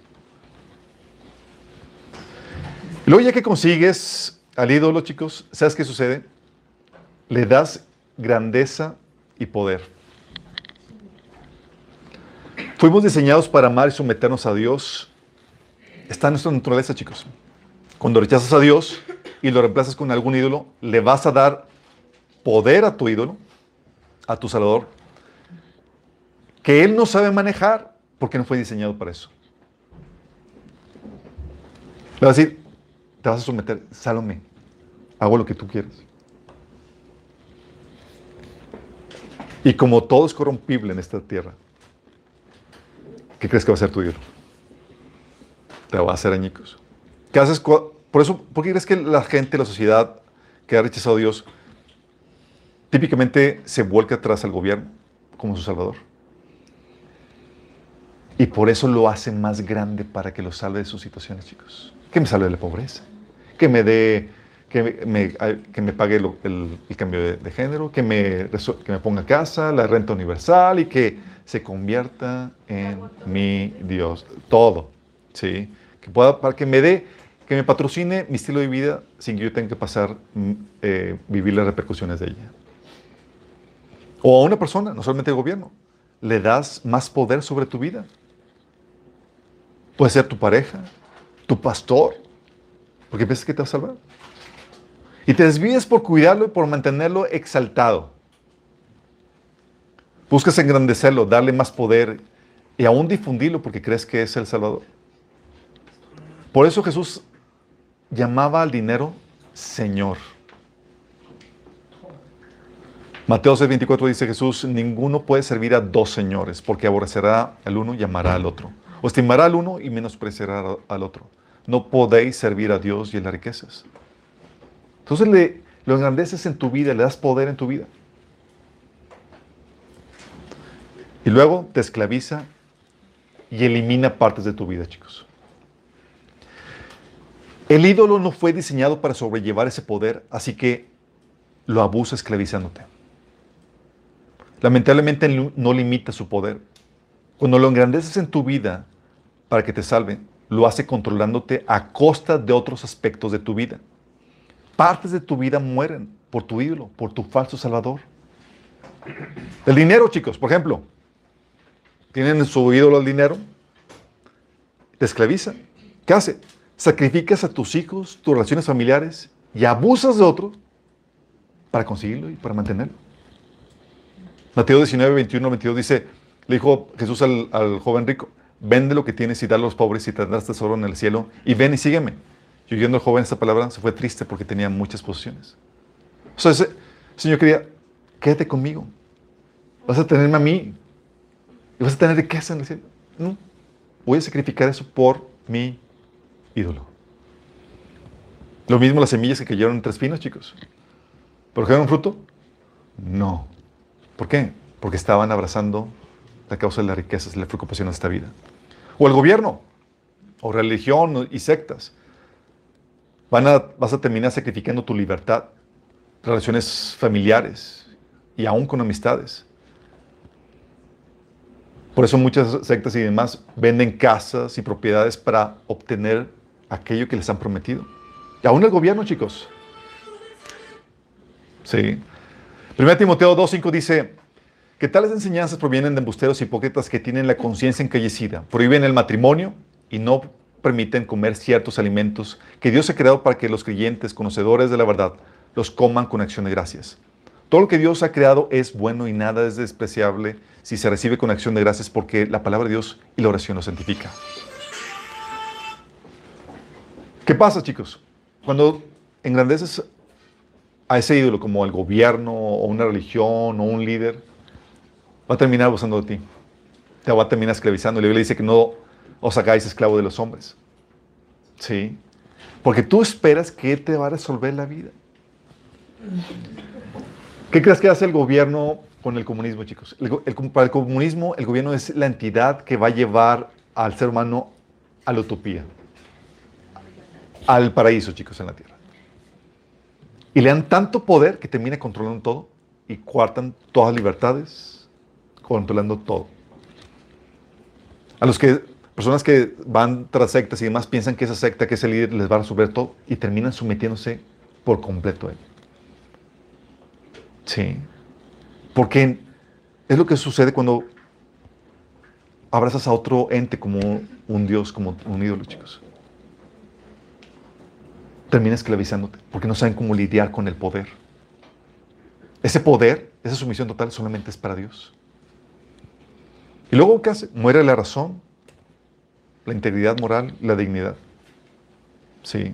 Y luego ya que consigues al ídolo, chicos, ¿sabes qué sucede? Le das grandeza y poder. Fuimos diseñados para amar y someternos a Dios. Está en nuestra naturaleza, chicos. Cuando rechazas a Dios y lo reemplazas con algún ídolo, le vas a dar poder a tu ídolo, a tu Salvador, que Él no sabe manejar porque no fue diseñado para eso. Le vas a decir, te vas a someter, sálvame, hago lo que tú quieras. Y como todo es corrompible en esta tierra, ¿qué crees que va a ser tu ídolo? Te va a hacer añicos. ¿Qué haces? Por qué crees que la gente, la sociedad que ha rechazado a Dios, típicamente se vuelca atrás al gobierno como su salvador? Y por eso lo hace más grande para que lo salve de sus situaciones, chicos. Que me salve de la pobreza. Que me dé, que me pague el cambio de género, que me ponga casa, la renta universal y que se convierta en mi Dios. Todo, ¿sí? Para que me patrocine mi estilo de vida sin que yo tenga que vivir las repercusiones de ella. O a una persona, no solamente al gobierno, le das más poder sobre tu vida. Puede ser tu pareja, tu pastor, porque piensas que te va a salvar. Y te desvías por cuidarlo y por mantenerlo exaltado. Buscas engrandecerlo, darle más poder y aún difundirlo porque crees que es el Salvador. Por eso Jesús llamaba al dinero Señor. Mateo 6:24 dice Jesús, ninguno puede servir a dos señores porque aborrecerá al uno y amará al otro. O estimará al uno y menospreciará al otro. No podéis servir a Dios y a las riquezas. Entonces lo engrandeces en tu vida, le das poder en tu vida. Y luego te esclaviza y elimina partes de tu vida, chicos. El ídolo no fue diseñado para sobrellevar ese poder, así que lo abusa esclavizándote. Lamentablemente no limita su poder. Cuando lo engrandeces en tu vida para que te salve, lo hace controlándote a costa de otros aspectos de tu vida. Partes de tu vida mueren por tu ídolo, por tu falso salvador. El dinero, chicos, por ejemplo, tienen su ídolo el dinero, te esclaviza. ¿Qué hace? Sacrificas a tus hijos, tus relaciones familiares y abusas de otros para conseguirlo y para mantenerlo. Mateo 19, 21, 22 dice, le dijo Jesús al joven rico, vende lo que tienes y dale a los pobres y tendrás tesoro en el cielo y ven y sígueme. Y oyendo al joven esta palabra se fue triste porque tenía muchas posesiones. O sea, ese Señor quería, quédate conmigo. Vas a tenerme a mí. Y vas a tener riqueza en el cielo. No. Voy a sacrificar eso por mi ídolo. Lo mismo las semillas que cayeron entre espinos, chicos. ¿Produjeron fruto? No. ¿Por qué? Porque estaban abrazando la causa de las riquezas y la preocupación de esta vida. O el gobierno, o religión y sectas. Vas a terminar sacrificando tu libertad, relaciones familiares y aún con amistades. Por eso muchas sectas y demás venden casas y propiedades para obtener aquello que les han prometido. Y aún el gobierno, chicos. Sí. 1 Timoteo 2:5 dice que tales enseñanzas provienen de embusteros hipócritas que tienen la conciencia encallecida, prohíben el matrimonio y no permiten comer ciertos alimentos que Dios ha creado para que los creyentes, conocedores de la verdad, los coman con acción de gracias. Todo lo que Dios ha creado es bueno y nada es despreciable si se recibe con acción de gracias porque la palabra de Dios y la oración lo santifica. ¿Qué pasa, chicos? Cuando engrandeces a ese ídolo como el gobierno o una religión o un líder, va a terminar abusando de ti. Te va a terminar esclavizando. La Biblia dice que no os hagáis esclavo de los hombres. ¿Sí? Porque tú esperas que Él te va a resolver la vida. ¿Qué crees que hace el gobierno con el comunismo, chicos? Para el comunismo, el gobierno es la entidad que va a llevar al ser humano a la utopía. Al paraíso, chicos, en la tierra. Y le dan tanto poder que termina controlando todo y coartan todas las libertades, controlando todo. A los que personas que van tras sectas y demás piensan que esa secta, que ese líder les va a resolver todo y terminan sometiéndose por completo a él. Sí. Porque es lo que sucede cuando abrazas a otro ente como un Dios, como un ídolo, chicos. Termina esclavizándote porque no saben cómo lidiar con el poder. Ese poder, esa sumisión total solamente es para Dios. Y luego, ¿qué hace? Muere la razón, la integridad moral, la dignidad. Sí.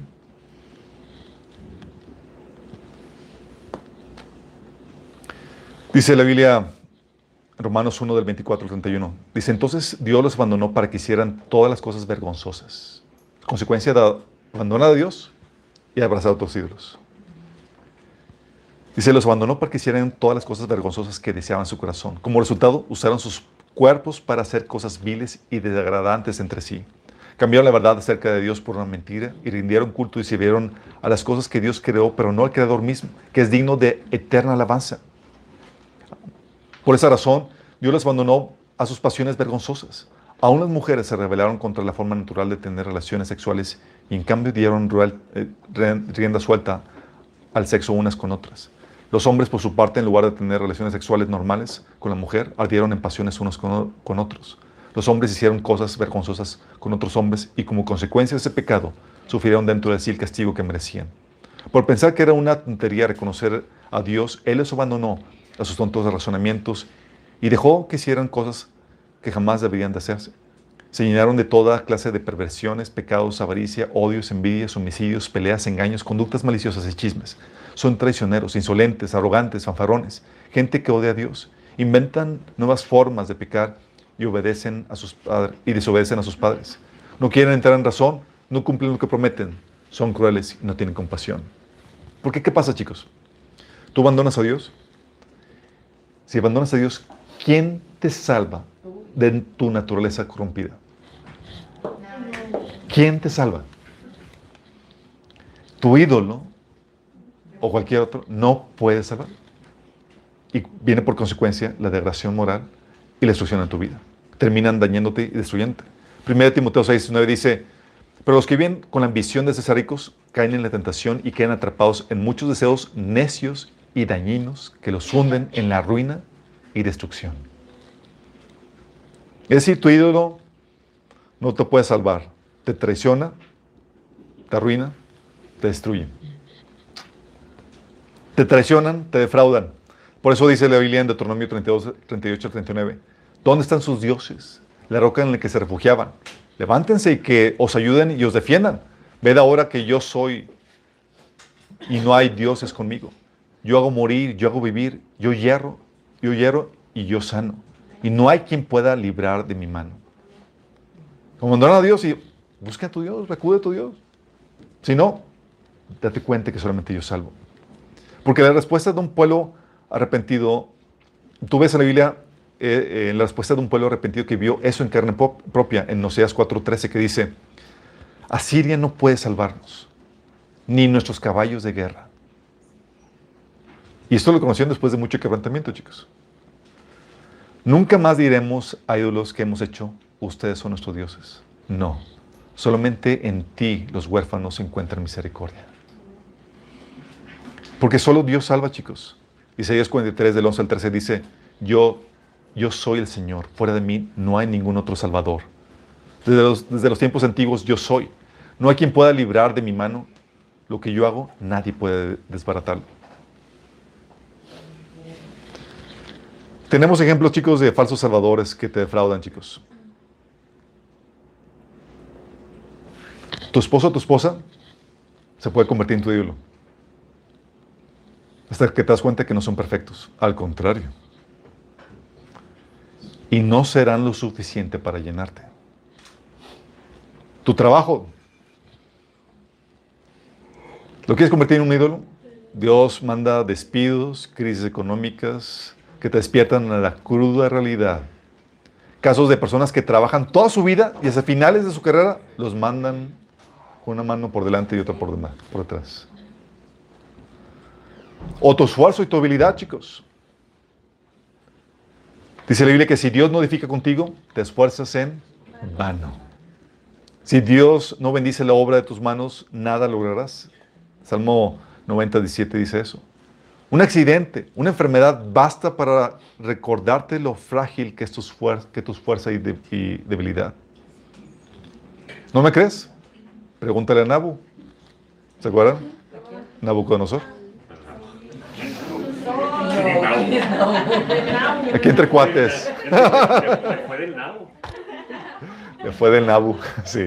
Dice la Biblia, Romanos 1 del 24 al 31. Dice, entonces Dios los abandonó para que hicieran todas las cosas vergonzosas. Consecuencia de abandonar a Dios y abrazar a otros ídolos. Dice, los abandonó para que hicieran todas las cosas vergonzosas que deseaban su corazón. Como resultado, usaron sus cuerpos para hacer cosas viles y degradantes entre sí. Cambiaron la verdad acerca de Dios por una mentira y rindieron culto y sirvieron a las cosas que Dios creó, pero no al Creador mismo, que es digno de eterna alabanza. Por esa razón, Dios los abandonó a sus pasiones vergonzosas. Aún las mujeres se rebelaron contra la forma natural de tener relaciones sexuales y en cambio dieron rienda suelta al sexo unas con otras. Los hombres, por su parte, en lugar de tener relaciones sexuales normales con la mujer, ardieron en pasiones unos con otros. Los hombres hicieron cosas vergonzosas con otros hombres y como consecuencia de ese pecado, sufrieron dentro de sí el castigo que merecían. Por pensar que era una tontería reconocer a Dios, Él los abandonó a sus tontos razonamientos y dejó que hicieran cosas que jamás deberían de hacerse. Se llenaron de toda clase de perversiones, pecados, avaricia, odios, envidias, homicidios, peleas, engaños, conductas maliciosas y chismes. Son traicioneros, insolentes, arrogantes, fanfarrones, gente que odia a Dios. Inventan nuevas formas de pecar y desobedecen a sus padres. No quieren entrar en razón, no cumplen lo que prometen. Son crueles y no tienen compasión. ¿Por qué? ¿Qué pasa, chicos? ¿Tú abandonas a Dios? Si abandonas a Dios, ¿quién te salva de tu naturaleza corrompida? ¿Quién te salva? Tu ídolo o cualquier otro no puede salvar. Y viene por consecuencia la degradación moral y la destrucción en tu vida. terminan dañándote y destruyéndote. 1 Timoteo 6:9 dice, pero los que viven con la ambición de ser ricos caen en la tentación y quedan atrapados en muchos deseos necios y dañinos que los hunden en la ruina y destrucción. Es decir, tu ídolo no te puede salvar. Te traiciona, te arruina, te destruye. Te traicionan, te defraudan. Por eso dice la Biblia en Deuteronomio 32, 38, 39. ¿Dónde están sus dioses? La roca en la que se refugiaban. Levántense y que os ayuden y os defiendan. Ved ahora que yo soy y no hay dioses conmigo. Yo hago morir, yo hago vivir, yo hierro y yo sano. Y no hay quien pueda librar de mi mano. Abandonan a Dios y busca a tu Dios, acude a tu Dios. Si no, date cuenta que solamente yo salvo. Porque la respuesta de un pueblo arrepentido, tú ves en la Biblia la respuesta de un pueblo arrepentido que vio eso en carne propia, en Oseas 4:13, que dice, Asiria no puede salvarnos, ni nuestros caballos de guerra. Y esto lo conocieron después de mucho quebrantamiento, chicos. Nunca más diremos a ídolos que hemos hecho, ustedes son nuestros dioses. No, solamente en ti los huérfanos encuentran misericordia. Porque solo Dios salva, chicos. Isaías 43, del 11 al 13 dice, yo soy el Señor, fuera de mí no hay ningún otro Salvador. Desde los tiempos antiguos yo soy. No hay quien pueda librar de mi mano. Lo que yo hago, nadie puede desbaratarlo. Tenemos ejemplos, chicos, de falsos salvadores que te defraudan, chicos. Tu esposo o tu esposa se puede convertir en tu ídolo. Hasta que te das cuenta que no son perfectos. Al contrario. Y no serán lo suficiente para llenarte. Tu trabajo. ¿Lo quieres convertir en un ídolo? Dios manda despidos, crisis económicas, que te despiertan a la cruda realidad. Casos de personas que trabajan toda su vida y hasta finales de su carrera los mandan con una mano por delante y otra por detrás. O tu esfuerzo y tu habilidad, chicos. Dice la Biblia que si Dios no edifica contigo, te esfuerzas en vano. Si Dios no bendice la obra de tus manos, nada lograrás. Salmo 90, 17 dice eso. Un accidente, una enfermedad basta para recordarte lo frágil que es tus fuerzas y debilidad. ¿No me crees? Pregúntale a Nabu. ¿Se acuerdan? Nabucodonosor. Aquí entre cuates. Le fue del nabo. Le fue del Nabu, sí.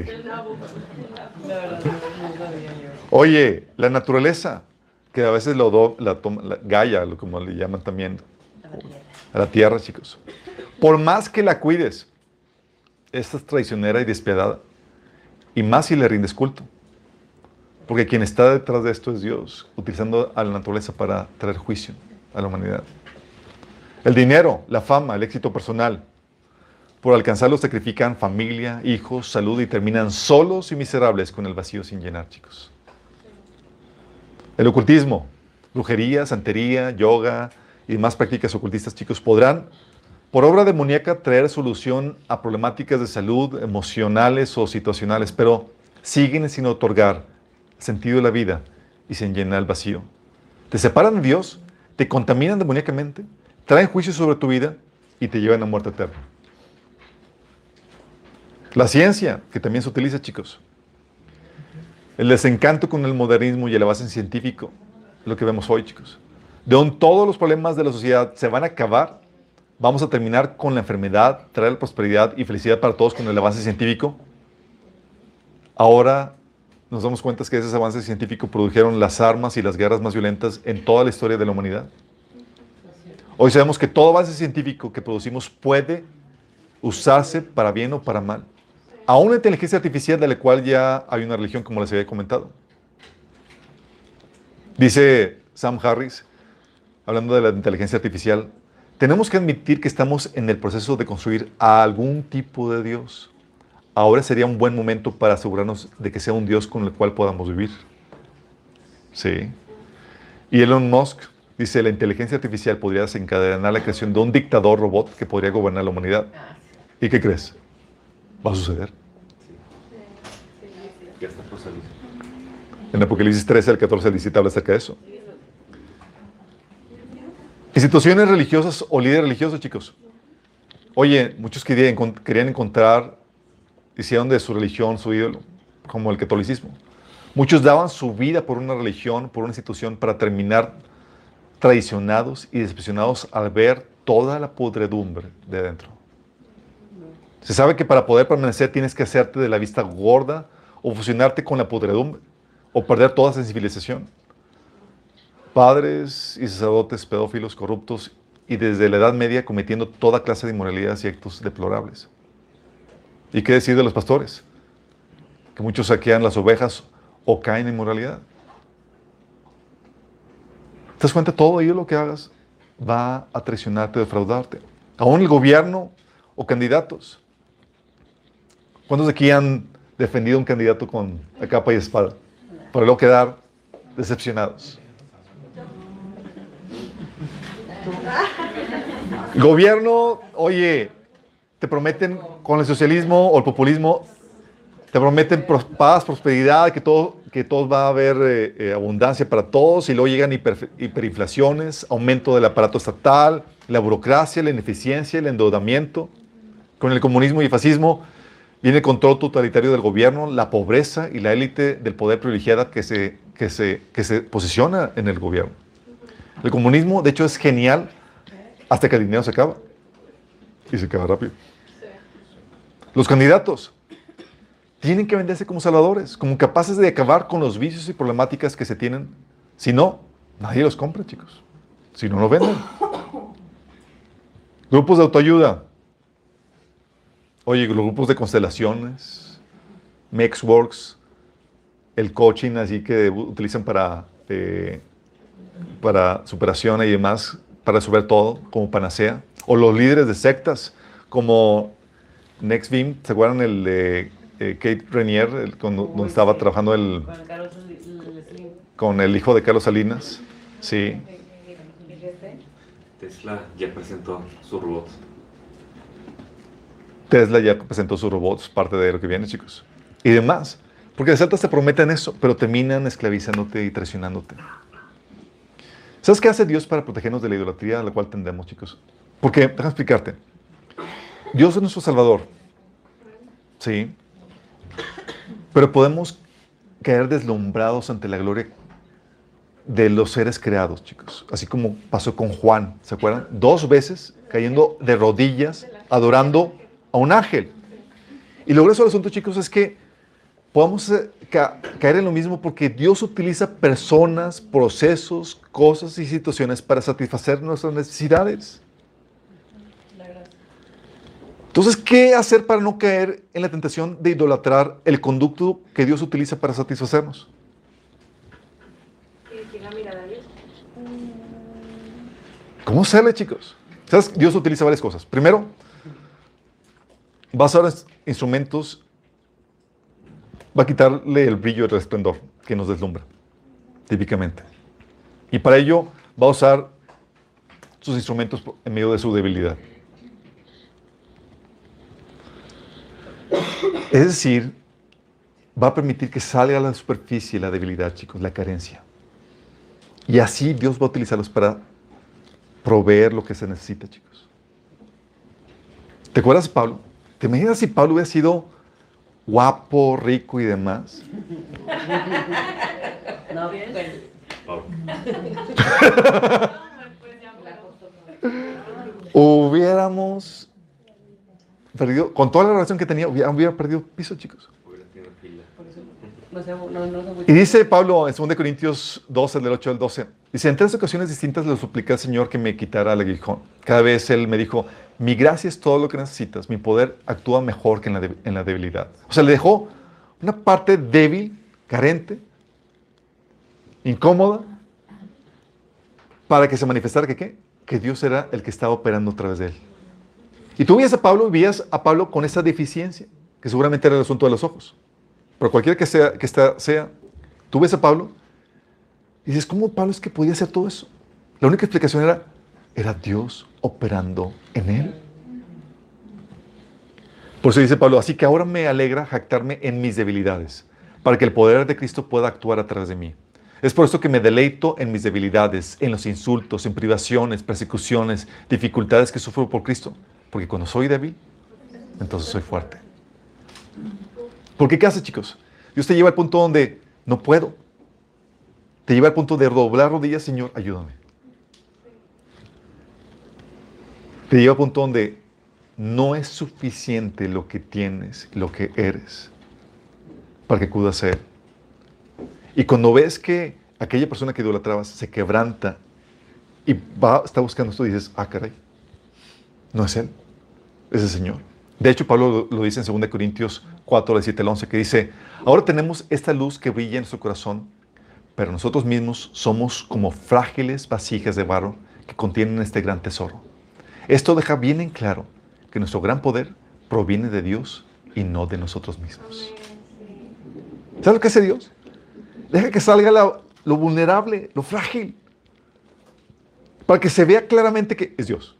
Oye, la naturaleza, que a veces la toma, Gaia, como le llaman también, a la tierra, chicos. Por más que la cuides, esta es traicionera y despiadada. Y más si le rindes culto. Porque quien está detrás de esto es Dios, utilizando a la naturaleza para traer juicio a la humanidad. El dinero, la fama, el éxito personal. Por alcanzarlo sacrifican familia, hijos, salud y terminan solos y miserables con el vacío sin llenar, chicos. El ocultismo, brujería, santería, yoga y demás prácticas ocultistas, chicos, podrán, por obra demoníaca, traer solución a problemáticas de salud, emocionales o situacionales, pero siguen sin otorgar sentido de la vida y sin llenar el vacío. Te separan de Dios, te contaminan demoníacamente, traen juicio sobre tu vida y te llevan a muerte eterna. La ciencia, que también se utiliza, chicos. El desencanto con el modernismo y el avance científico, lo que vemos hoy, chicos. De donde todos los problemas de la sociedad se van a acabar, vamos a terminar con la enfermedad, traer prosperidad y felicidad para todos con el avance científico. Ahora nos damos cuenta que esos avances científicos produjeron las armas y las guerras más violentas en toda la historia de la humanidad. Hoy sabemos que todo avance científico que producimos puede usarse para bien o para mal. Aún la inteligencia artificial, de la cual ya hay una religión, como les había comentado. Dice Sam Harris, hablando de la inteligencia artificial, tenemos que admitir que estamos en el proceso de construir a algún tipo de Dios. Ahora sería un buen momento para asegurarnos de que sea un Dios con el cual podamos vivir. Sí. Y Elon Musk dice, la inteligencia artificial podría desencadenar la creación de un dictador robot que podría gobernar la humanidad. ¿Y qué crees? Va a suceder. Ya está por salir. En Apocalipsis 13, el 14 al 17 habla acerca de eso. Instituciones religiosas o líderes religiosos, chicos. Oye, muchos querían encontrar, hicieron de su religión su ídolo, como el catolicismo. Muchos daban su vida por una religión, por una institución, para terminar traicionados y decepcionados al ver toda la podredumbre de adentro. Se sabe que para poder permanecer tienes que hacerte de la vista gorda o fusionarte con la podredumbre o perder toda sensibilización. Padres y sacerdotes pedófilos, corruptos y desde la Edad Media cometiendo toda clase de inmoralidades y actos deplorables. ¿Y qué decir de los pastores? Que muchos saquean las ovejas o caen en inmoralidad. ¿Te das cuenta? Todo ello lo que hagas va a traicionarte, defraudarte. Aún el gobierno o candidatos. ¿Cuántos de aquí han defendido a un candidato con la capa y espada? Para luego quedar decepcionados. El gobierno, oye, te prometen con el socialismo o el populismo, te prometen paz, prosperidad, que todo va a haber abundancia para todos y luego llegan hiperinflaciones, aumento del aparato estatal, la burocracia, la ineficiencia, el endeudamiento. Con el comunismo y el fascismo viene el control totalitario del gobierno, la pobreza y la élite del poder privilegiada que se posiciona en el gobierno. El comunismo, de hecho, es genial hasta que el dinero se acaba. Y se acaba rápido. Los candidatos tienen que venderse como salvadores, como capaces de acabar con los vicios y problemáticas que se tienen. Si no, nadie los compra, chicos. Si no, no venden. Grupos de autoayuda. Oye, los grupos de constelaciones, Mexworks, el coaching así que utilizan para superación y demás, para resolver todo, como panacea. O los líderes de sectas, como NextBeam, ¿se acuerdan el de Kate Rainier, donde estaba trabajando con el hijo de Carlos Salinas? Sí. Tesla ya presentó su robot. Tesla ya presentó sus robots, parte de lo que viene, chicos. Y demás. Porque las sectas te prometen eso, pero terminan esclavizándote y traicionándote. ¿Sabes qué hace Dios para protegernos de la idolatría a la cual tendemos, chicos? Porque, déjame explicarte. Dios es nuestro Salvador. Sí. Pero podemos caer deslumbrados ante la gloria de los seres creados, chicos. Así como pasó con Juan, ¿se acuerdan? 2 veces cayendo de rodillas, adorando a un ángel. Y lo grueso del asunto, chicos, es que podemos caer en lo mismo porque Dios utiliza personas, procesos, cosas y situaciones para satisfacer nuestras necesidades. Entonces, ¿qué hacer para no caer en la tentación de idolatrar el conducto que Dios utiliza para satisfacernos? Dirigir la mirada a Dios. ¿Cómo hacerle, chicos? ¿Sabes? Dios utiliza varias cosas. Primero, vas a usar instrumentos, va a quitarle el brillo y el resplandor que nos deslumbra, típicamente. Y para ello va a usar sus instrumentos en medio de su debilidad. Es decir, va a permitir que salga a la superficie la debilidad, chicos, la carencia. Y así Dios va a utilizarlos para proveer lo que se necesita, chicos. ¿Te acuerdas de Pablo? ¿Te imaginas si Pablo hubiera sido guapo, rico y demás? No, bien. Hubiéramos perdido, con toda la relación que tenía, hubiera perdido piso, chicos. Y dice Pablo en 2 Corintios 12, del 8 al 12, dice, en 3 ocasiones distintas le supliqué al Señor que me quitara el aguijón. Cada vez Él me dijo, mi gracia es todo lo que necesitas, mi poder actúa mejor que en la debilidad. O sea, le dejó una parte débil, carente, incómoda, para que se manifestara que ¿qué? Que Dios era el que estaba operando a través de él. Y tú veías a Pablo con esa deficiencia, que seguramente era el asunto de los ojos. Pero cualquiera que sea, tú ves a Pablo y dices, ¿cómo Pablo es que podía hacer todo eso? La única explicación era Dios operando en él. Por eso dice Pablo, así que ahora me alegra jactarme en mis debilidades, para que el poder de Cristo pueda actuar a través de mí. Es por esto que me deleito en mis debilidades, en los insultos, en privaciones, persecuciones, dificultades que sufro por Cristo. Porque cuando soy débil, entonces soy fuerte. Porque ¿qué hace, chicos? Dios te lleva al punto donde no puedo. Te lleva al punto de doblar rodillas, Señor, ayúdame. Te lleva al punto donde no es suficiente lo que tienes, lo que eres, para que acudas a Él. Y cuando ves que aquella persona que idolatrabas se quebranta y está buscando esto, dices, ah, caray, no es Él, es el Señor. De hecho, Pablo lo dice en 2 Corintios 4, del 7 al 11, que dice, ahora tenemos esta luz que brilla en nuestro corazón, pero nosotros mismos somos como frágiles vasijas de barro que contienen este gran tesoro. Esto deja bien en claro que nuestro gran poder proviene de Dios y no de nosotros mismos. ¿Sabes lo que hace Dios? Deja que salga lo vulnerable, lo frágil, para que se vea claramente que es Dios.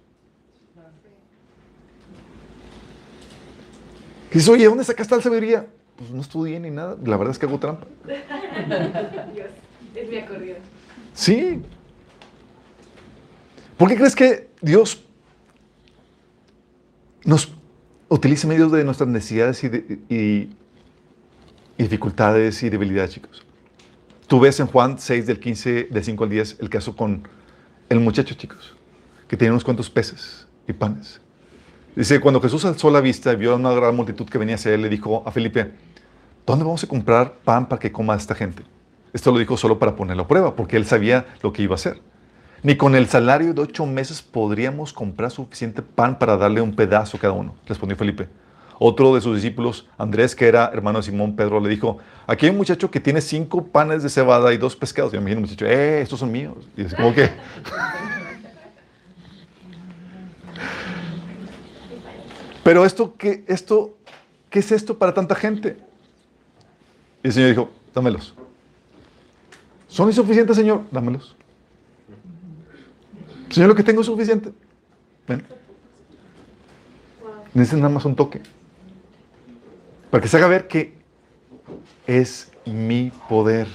Que dices, oye, ¿dónde sacaste la sabiduría? Pues no estudié ni nada, la verdad es que hago trampa. Dios, es mi acordeón. Sí. ¿Por qué crees que Dios nos utiliza medios de nuestras necesidades y dificultades y debilidades, chicos? Tú ves en Juan 6, del 15, del 5 al 10, el caso con el muchacho, chicos, que tenía unos cuantos peces y panes. Dice, cuando Jesús alzó la vista y vio a una gran multitud que venía hacia él, le dijo a Felipe, ¿dónde vamos a comprar pan para que coma esta gente? Esto lo dijo solo para ponerlo a prueba, porque él sabía lo que iba a hacer. Ni con el salario de 8 meses podríamos comprar suficiente pan para darle un pedazo a cada uno, respondió Felipe. Otro de sus discípulos, Andrés, que era hermano de Simón Pedro, le dijo, aquí hay un muchacho que tiene 5 panes de cebada y 2 pescados. Y me imagino un muchacho, estos son míos. Y es como que... Pero ¿qué es esto para tanta gente? Y el Señor dijo, dámelos. ¿Son insuficientes, Señor? Dámelos. Señor, lo que tengo es suficiente. Ven. Necesitan nada más un toque. Para que se haga ver que es mi poder.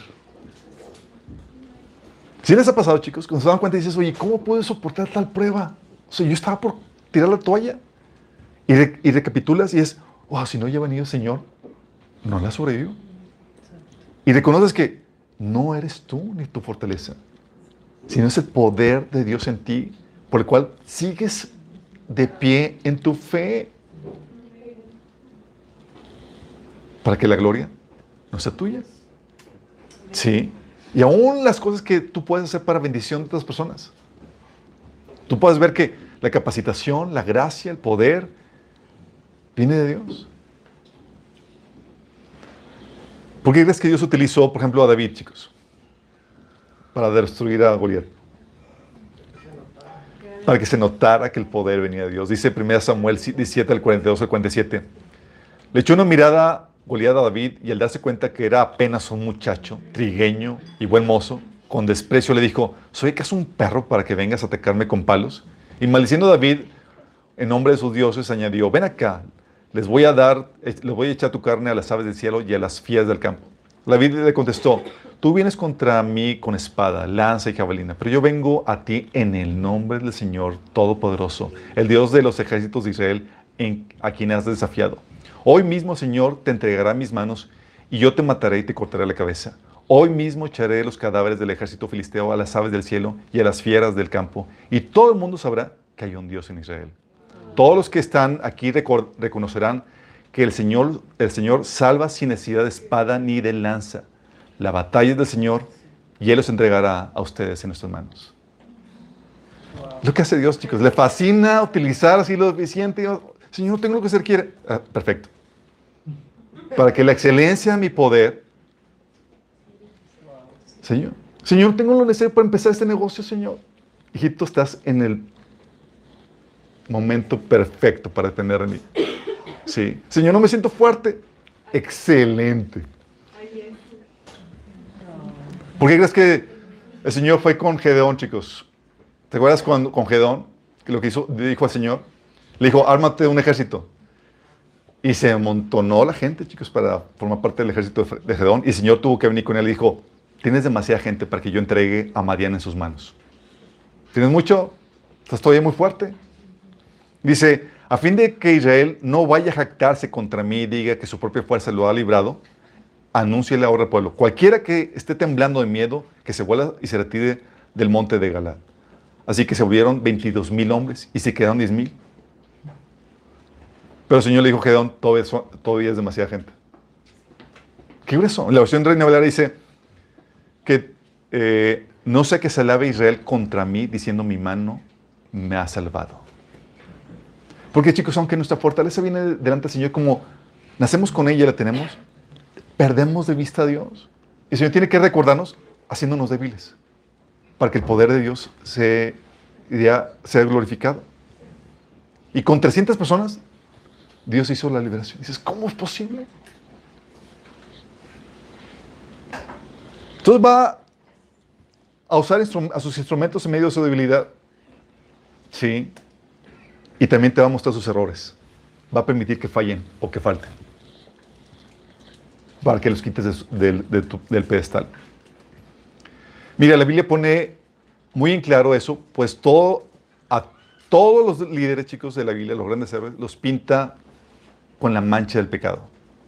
¿Sí les ha pasado, chicos? Cuando se dan cuenta y dices, oye, ¿cómo puedo soportar tal prueba? O sea, yo estaba por tirar la toalla. Y recapitulas y es, wow, si no haya venido el Señor, no la sobrevivió. Y reconoces que no eres tú ni tu fortaleza, sino es el poder de Dios en ti, por el cual sigues de pie en tu fe. Para que la gloria no sea tuya. Sí. Y aún las cosas que tú puedes hacer para bendición de otras personas. Tú puedes ver que la capacitación, la gracia, el poder viene de Dios. ¿Por qué crees que Dios utilizó, por ejemplo, a David, chicos? Para destruir a Goliat. Para que se notara que el poder venía de Dios. Dice 1 Samuel 17, al 42 al 47. Le echó una mirada Goliat a David y al darse cuenta que era apenas un muchacho, trigueño y buen mozo, con desprecio le dijo, ¿soy acaso un perro para que vengas a atacarme con palos? Y maldiciendo a David, en nombre de sus dioses, añadió, ven acá, les voy a echar tu carne a las aves del cielo y a las fieras del campo. David le contestó, tú vienes contra mí con espada, lanza y jabalina, pero yo vengo a ti en el nombre del Señor Todopoderoso, el Dios de los ejércitos de Israel, a quien has desafiado. Hoy mismo, Señor, te entregará mis manos y yo te mataré y te cortaré la cabeza. Hoy mismo echaré los cadáveres del ejército filisteo a las aves del cielo y a las fieras del campo, y todo el mundo sabrá que hay un Dios en Israel. Todos los que están aquí reconocerán que el Señor salva sin necesidad de espada ni de lanza. La batalla es del Señor y Él los entregará a ustedes en nuestras manos. Lo que hace Dios, chicos, le fascina utilizar así lo eficiente. Señor, no tengo lo que hacer quiere. Perfecto. Para que la excelencia de mi poder, Señor, tengo lo necesario para empezar este negocio, Señor. Hijito, estás en el momento perfecto para depender de mí. Sí. Señor, no me siento fuerte. Excelente. ¿Por qué crees que el Señor fue con Gedeón, chicos? ¿Te acuerdas con Gedeón? Que lo que hizo, le dijo al Señor, le dijo, ármate un ejército. Y se amontonó la gente, chicos, para formar parte del ejército de Gedeón. Y el Señor tuvo que venir con él y dijo, tienes demasiada gente para que yo entregue a Madián en sus manos. ¿Tienes mucho? ¿Estás todavía muy fuerte? Dice, a fin de que Israel no vaya a jactarse contra mí y diga que su propia fuerza lo ha librado, anúnciale ahora al pueblo. Cualquiera que esté temblando de miedo, que se vuelva y se retire del monte de Galad. Así que se volvieron 22,000 hombres y se quedaron 10,000. Pero el Señor le dijo a Gedeón, todavía es demasiada gente. Qué grueso. En la versión Reina Valera dice que no sé que se alabe Israel contra mí, diciendo mi mano me ha salvado. Porque chicos, aunque nuestra fortaleza viene delante del Señor, como nacemos con ella y la tenemos, perdemos de vista a Dios. Y el Señor tiene que recordarnos haciéndonos débiles, para que el poder de Dios sea glorificado. Y con 300 personas, Dios hizo la liberación. Dices, ¿cómo es posible? Entonces va a usar a sus instrumentos en medio de su debilidad. Sí. Y también te va a mostrar sus errores. Va a permitir que fallen o que falten. Para que los quites del pedestal. Mira, la Biblia pone muy en claro eso, pues a todos los líderes, chicos, de la Biblia, los grandes héroes, los pinta con la mancha del pecado.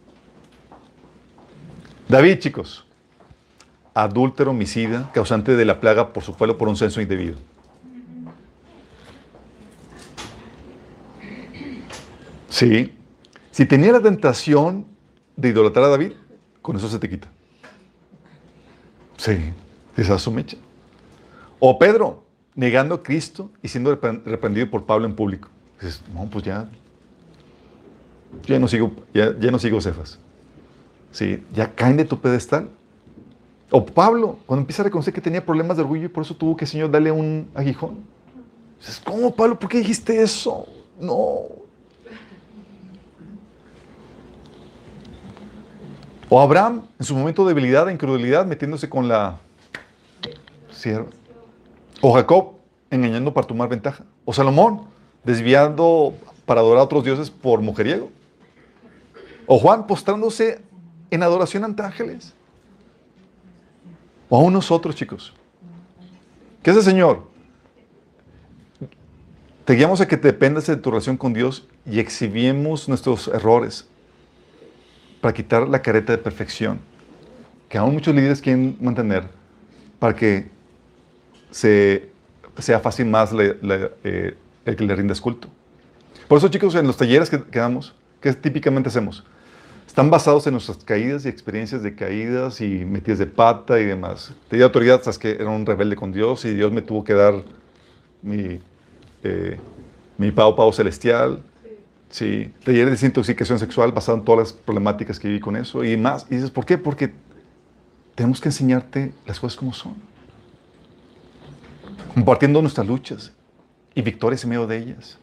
David, chicos, adúltero, homicida, causante de la plaga por su pueblo por un censo indebido. Sí. Si tenía la tentación de idolatrar a David, con eso se te quita. Sí. Esa es su mecha. O Pedro, negando a Cristo y siendo reprendido por Pablo en público. Dices, no, pues ya no sigo Cefas. Sí, ya caen de tu pedestal. O Pablo, cuando empieza a reconocer que tenía problemas de orgullo y por eso tuvo que el Señor darle un aguijón. Dices, ¿cómo, Pablo? ¿Por qué dijiste eso? No. O Abraham, en su momento de debilidad e incredulidad, metiéndose con la sierva. O Jacob, engañando para tomar ventaja. O Salomón, desviando para adorar a otros dioses por mujeriego. O Juan, postrándose en adoración ante ángeles. O aún nosotros, chicos. ¿Qué hace el Señor? Te guiamos a que te dependas de tu relación con Dios y exhibimos nuestros errores para quitar la careta de perfección que aún muchos líderes quieren mantener para que sea fácil más el que le rindas culto. Por eso, chicos, en los talleres que damos, ¿qué típicamente hacemos? Están basados en nuestras caídas y experiencias de caídas y metidas de pata y demás. Te di autoridad, sabes que era un rebelde con Dios y Dios me tuvo que dar mi pao celestial. Sí, talleres de desintoxicación sexual basado en todas las problemáticas que viví con eso y más. Y dices, ¿por qué? Porque tenemos que enseñarte las cosas como son. Compartiendo nuestras luchas y victorias en medio de ellas.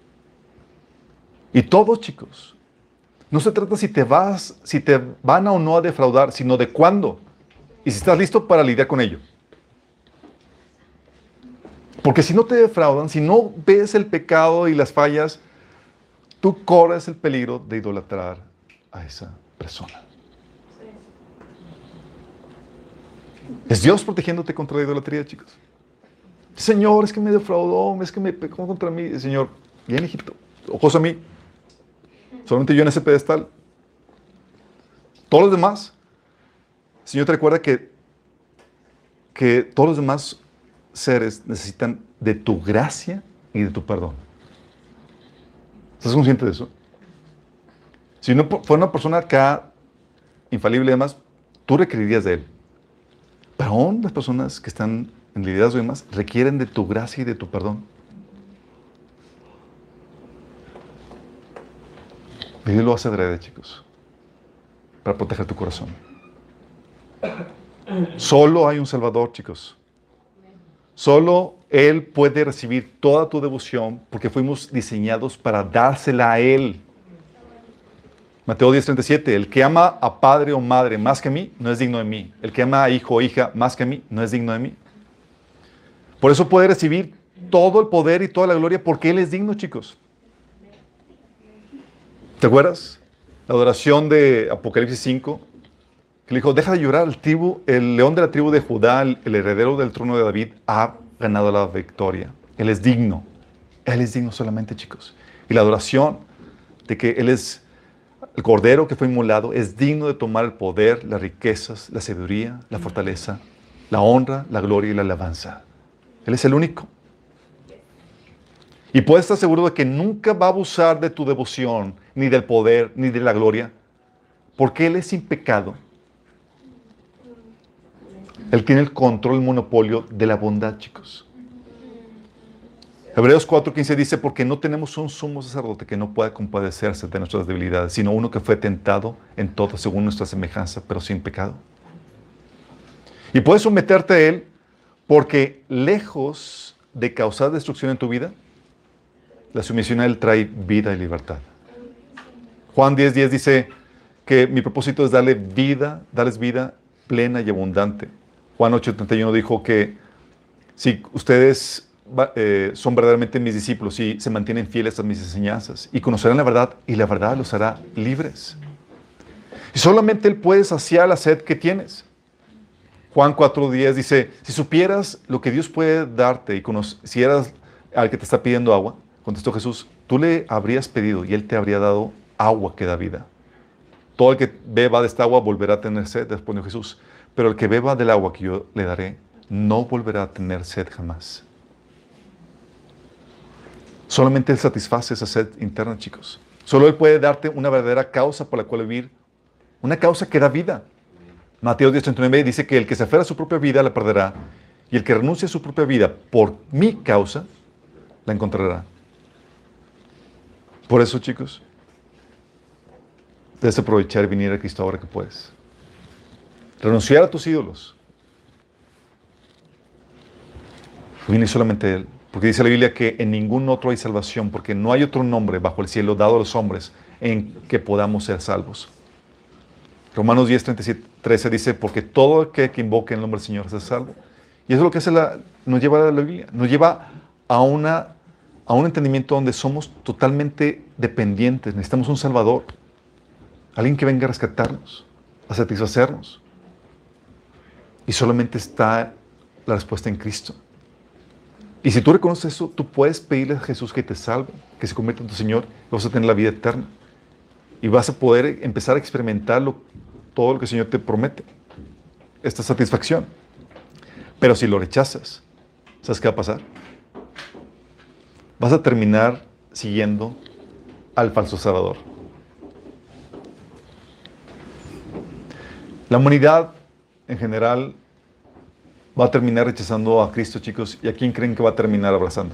Y todos, chicos, no se trata si te van o no a defraudar, sino de cuándo. Y si estás listo para lidiar con ello. Porque si no te defraudan, si no ves el pecado y las fallas, tú corres el peligro de idolatrar a esa persona. ¿Es Dios protegiéndote contra la idolatría, chicos? Señor, es que me defraudó, es que me pecó contra mí. Señor, bien, hijito, ojos a mí. Solamente yo en ese pedestal. Todos los demás, el Señor te recuerda que todos los demás seres necesitan de tu gracia y de tu perdón. ¿Estás consciente de eso? Si no fuera una persona acá, infalible y demás, tú requerirías de Él. Pero aún las personas que están en liderazgo y demás requieren de tu gracia y de tu perdón. Y Dios lo hace adrede, chicos, para proteger tu corazón. Solo hay un Salvador, chicos. Solo Él puede recibir toda tu devoción porque fuimos diseñados para dársela a Él. Mateo 10:37, el que ama a padre o madre más que a mí, no es digno de mí. El que ama a hijo o hija más que a mí, no es digno de mí. Por eso puede recibir todo el poder y toda la gloria porque Él es digno, chicos. ¿Te acuerdas? La adoración de Apocalipsis 5, que le dijo, deja de llorar, el león de la tribu de Judá, el heredero del trono de David, ha ganado la victoria. Él es digno. Él es digno solamente, chicos. Y la adoración de que Él es el cordero que fue inmolado, es digno de tomar el poder, las riquezas, la sabiduría, la fortaleza, la honra, la gloria y la alabanza. Él es el único. Y puedes estar seguro de que nunca va a abusar de tu devoción, ni del poder, ni de la gloria, porque Él es sin pecado. Él tiene el control, el monopolio de la bondad, chicos. Hebreos 4:15 dice, porque no tenemos un sumo sacerdote que no pueda compadecerse de nuestras debilidades, sino uno que fue tentado en todo según nuestra semejanza, pero sin pecado. Y puedes someterte a Él porque lejos de causar destrucción en tu vida, la sumisión a Él trae vida y libertad. Juan 10:10 dice que mi propósito es darles vida plena y abundante. Juan 8:31 dijo que si ustedes son verdaderamente mis discípulos y se mantienen fieles a mis enseñanzas y conocerán la verdad y la verdad los hará libres. Y solamente Él puede saciar la sed que tienes. Juan 4:10 dice, si supieras lo que Dios puede darte y conocieras al que te está pidiendo agua, contestó Jesús, tú le habrías pedido y Él te habría dado agua que da vida. Todo el que beba de esta agua volverá a tener sed, respondió Jesús, pero el que beba del agua que yo le daré no volverá a tener sed jamás. Solamente Él satisface esa sed interna, chicos. Solo Él puede darte una verdadera causa por la cual vivir, una causa que da vida. Mateo 10:39 dice que el que se aferra a su propia vida la perderá, y el que renuncia a su propia vida por mi causa, la encontrará. Por eso, chicos, debes aprovechar y venir a Cristo ahora que puedes. Renunciar a tus ídolos. Viene solamente a Él. Porque dice la Biblia que en ningún otro hay salvación, porque no hay otro nombre bajo el cielo dado a los hombres en que podamos ser salvos. Romanos 10:13 dice, porque todo aquel que invoque el nombre del Señor es salvo. Y eso es lo que hace nos lleva a la Biblia. Nos lleva a un entendimiento donde somos totalmente dependientes. Necesitamos un Salvador. Alguien que venga a rescatarnos, a satisfacernos. Y solamente está la respuesta en Cristo. Y si tú reconoces eso, tú puedes pedirle a Jesús que te salve, que se convierta en tu Señor, y vas a tener la vida eterna. Y vas a poder empezar a experimentar todo lo que el Señor te promete. Esta satisfacción. Pero si lo rechazas, ¿sabes qué va a pasar? Vas a terminar siguiendo al falso Salvador. La humanidad, en general, va a terminar rechazando a Cristo, chicos. ¿Y a quién creen que va a terminar abrazando?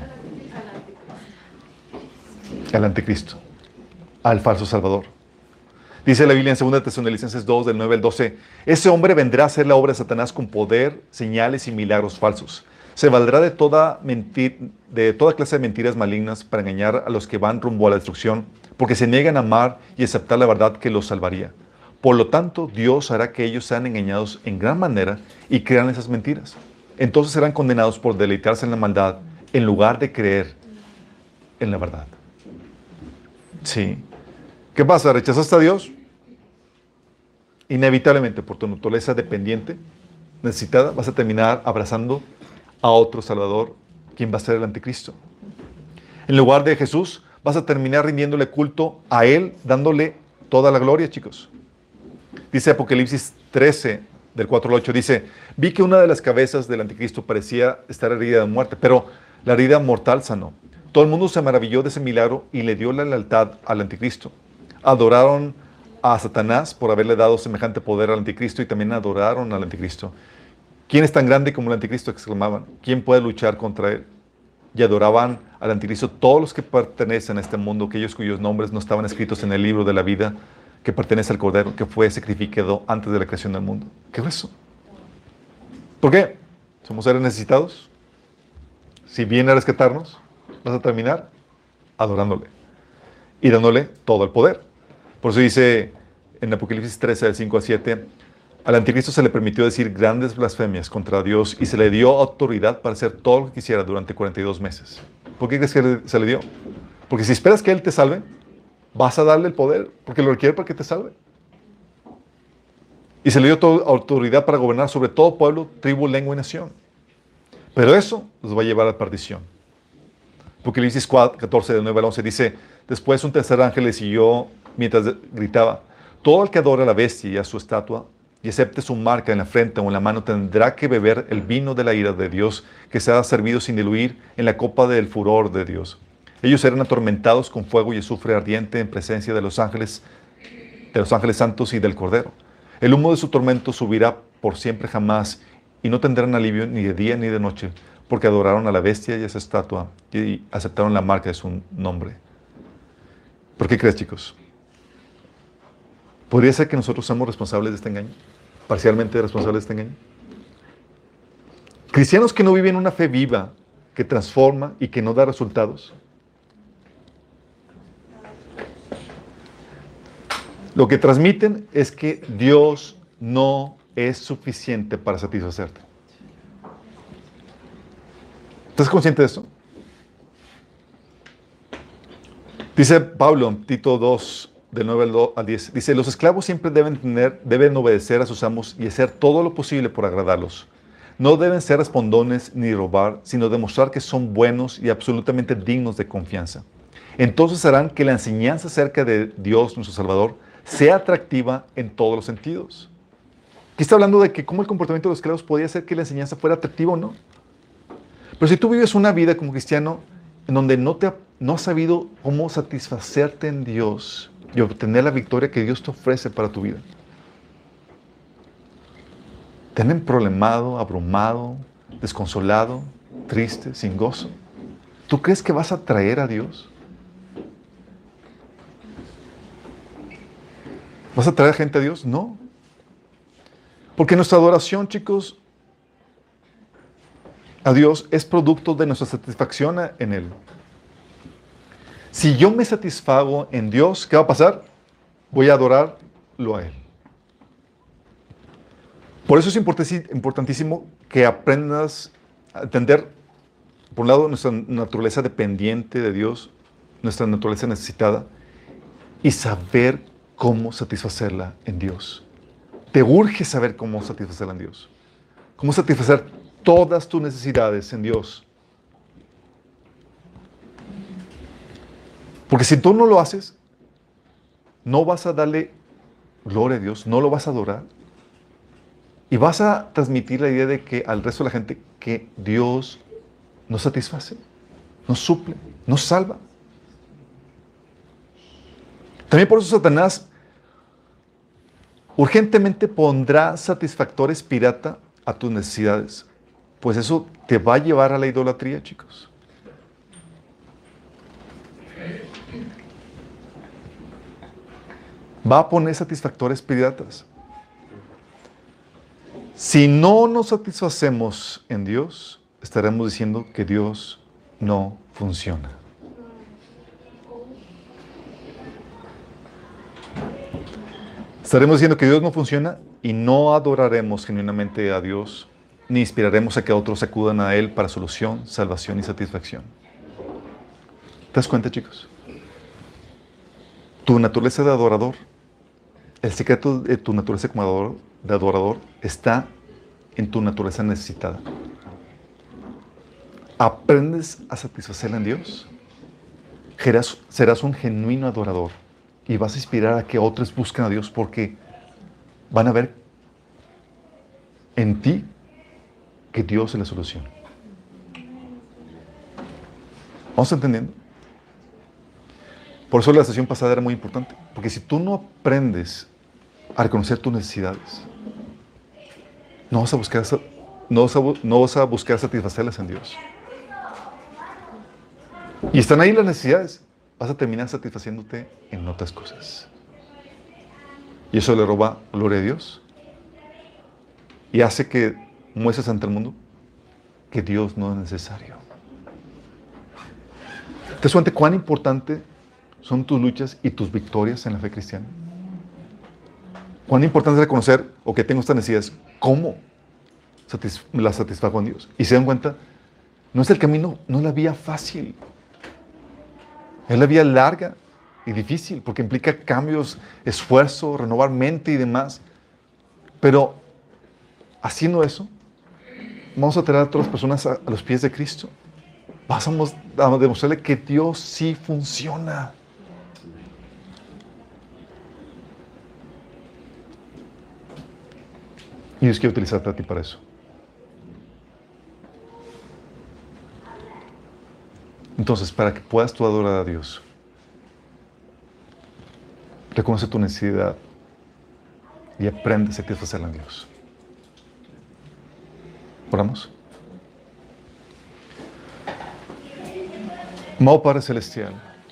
Al anticristo. Al falso Salvador. Dice la Biblia en 2 Tesalonicenses 2, del 9 al 12, ese hombre vendrá a hacer la obra de Satanás con poder, señales y milagros falsos. Se valdrá de toda clase de mentiras malignas para engañar a los que van rumbo a la destrucción, porque se niegan a amar y aceptar la verdad que los salvaría. Por lo tanto, Dios hará que ellos sean engañados en gran manera y crean esas mentiras. Entonces serán condenados por deleitarse en la maldad en lugar de creer en la verdad. Sí. ¿Qué pasa? ¿Rechazaste a Dios? Inevitablemente, por tu naturaleza dependiente, necesitada, vas a terminar abrazando a otro Salvador, quien va a ser el anticristo. En lugar de Jesús, vas a terminar rindiéndole culto a Él, dándole toda la gloria, chicos. Dice Apocalipsis 13, del 4 al 8, dice, vi que una de las cabezas del anticristo parecía estar herida de muerte, pero la herida mortal sanó. Todo el mundo se maravilló de ese milagro y le dio la lealtad al anticristo. Adoraron a Satanás por haberle dado semejante poder al anticristo y también adoraron al anticristo. ¿Quién es tan grande como el anticristo?, exclamaban. ¿Quién puede luchar contra él? Y adoraban al anticristo todos los que pertenecen a este mundo, aquellos cuyos nombres no estaban escritos en el libro de la vida que pertenece al Cordero, que fue sacrificado antes de la creación del mundo. ¿Qué es eso? ¿Por qué? ¿Somos seres necesitados? Si viene a rescatarnos, vas a terminar adorándole y dándole todo el poder. Por eso dice en Apocalipsis 13, del 5 al 7, al anticristo se le permitió decir grandes blasfemias contra Dios y se le dio autoridad para hacer todo lo que quisiera durante 42 meses. ¿Por qué crees que se le dio? Porque si esperas que Él te salve, vas a darle el poder, porque lo requiere para que te salve. Y se le dio toda autoridad para gobernar sobre todo pueblo, tribu, lengua y nación. Pero eso los va a llevar a la perdición. Apocalipsis 14, del 9 al 11, dice, después un tercer ángel le siguió mientras gritaba, todo el que adora a la bestia y a su estatua, y acepte su marca en la frente o en la mano, tendrá que beber el vino de la ira de Dios, que será servido sin diluir en la copa del furor de Dios. Ellos serán atormentados con fuego y azufre ardiente en presencia de los ángeles santos y del Cordero. El humo de su tormento subirá por siempre jamás, y no tendrán alivio ni de día ni de noche, porque adoraron a la bestia y a esa estatua, y aceptaron la marca de su nombre. ¿Por qué crees, chicos? ¿Podría ser que nosotros somos responsables de este engaño? ¿Parcialmente responsables de este engaño? Cristianos que no viven una fe viva, que transforma y que no da resultados. Lo que transmiten es que Dios no es suficiente para satisfacerte. ¿Estás consciente de esto? Dice Pablo en Tito 2, del 9 al 10, dice, los esclavos siempre deben obedecer a sus amos y hacer todo lo posible por agradarlos. No deben ser respondones ni robar, sino demostrar que son buenos y absolutamente dignos de confianza. Entonces harán que la enseñanza acerca de Dios, nuestro Salvador, sea atractiva en todos los sentidos. Aquí está hablando de que cómo el comportamiento de los esclavos podía hacer que la enseñanza fuera atractiva o no. Pero si tú vives una vida como cristiano en donde no has sabido cómo satisfacerte en Dios y obtener la victoria que Dios te ofrece para tu vida, te han problemado, abrumado, desconsolado, triste, sin gozo, ¿tú crees que vas a atraer a Dios? ¿Vas a traer gente a Dios? No. Porque nuestra adoración, chicos, a Dios es producto de nuestra satisfacción en Él. Si yo me satisfago en Dios, ¿qué va a pasar? Voy a adorarlo a Él. Por eso es importantísimo que aprendas a entender, por un lado, nuestra naturaleza dependiente de Dios, nuestra naturaleza necesitada, y saber cómo satisfacerla en Dios. Te urge saber cómo satisfacerla en Dios. Cómo satisfacer todas tus necesidades en Dios. Porque si tú no lo haces, no vas a darle gloria a Dios, no lo vas a adorar. Y vas a transmitir la idea de que al resto de la gente que Dios nos satisface, nos suple, nos salva. También por eso Satanás urgentemente pondrá satisfactores pirata a tus necesidades. Pues eso te va a llevar a la idolatría, chicos. Va a poner satisfactores piratas. Si no nos satisfacemos en Dios, estaremos diciendo que Dios no funciona. Estaremos diciendo que Dios no funciona y no adoraremos genuinamente a Dios, ni inspiraremos a que otros acudan a Él para solución, salvación y satisfacción. ¿Te das cuenta, chicos? Tu naturaleza de adorador, el secreto de tu naturaleza como adorador está en tu naturaleza necesitada. ¿Aprendes a satisfacerla en Dios? Serás un genuino adorador y vas a inspirar a que otros busquen a Dios porque van a ver en ti que Dios es la solución. ¿Vamos entendiendo? Por eso la sesión pasada era muy importante, porque si tú no aprendes a reconocer tus necesidades, no vas a buscar satisfacerlas en Dios. Y están ahí las necesidades. Vas a terminar satisfaciéndote en otras cosas. Y eso le roba gloria a Dios. Y hace que muestres ante el mundo que Dios no es necesario. ¿Te das cuenta cuán importante son tus luchas y tus victorias en la fe cristiana? Cuán importante es reconocer, que tengo estas necesidades, ¿cómo las satisfago en Dios? Y se dan cuenta, no es el camino, no es la vía fácil. Es la vía larga, y difícil porque implica cambios, esfuerzo, renovar mente y demás. Pero haciendo eso, vamos a traer a todas las personas a los pies de Cristo. Vamos a demostrarle que Dios sí funciona. Y Dios quiere utilizarte a ti para eso. Entonces, para que puedas tú adorar a Dios, reconoce tu necesidad y aprende a satisfacerla en Dios. ¿Oramos? Amado Padre Celestial,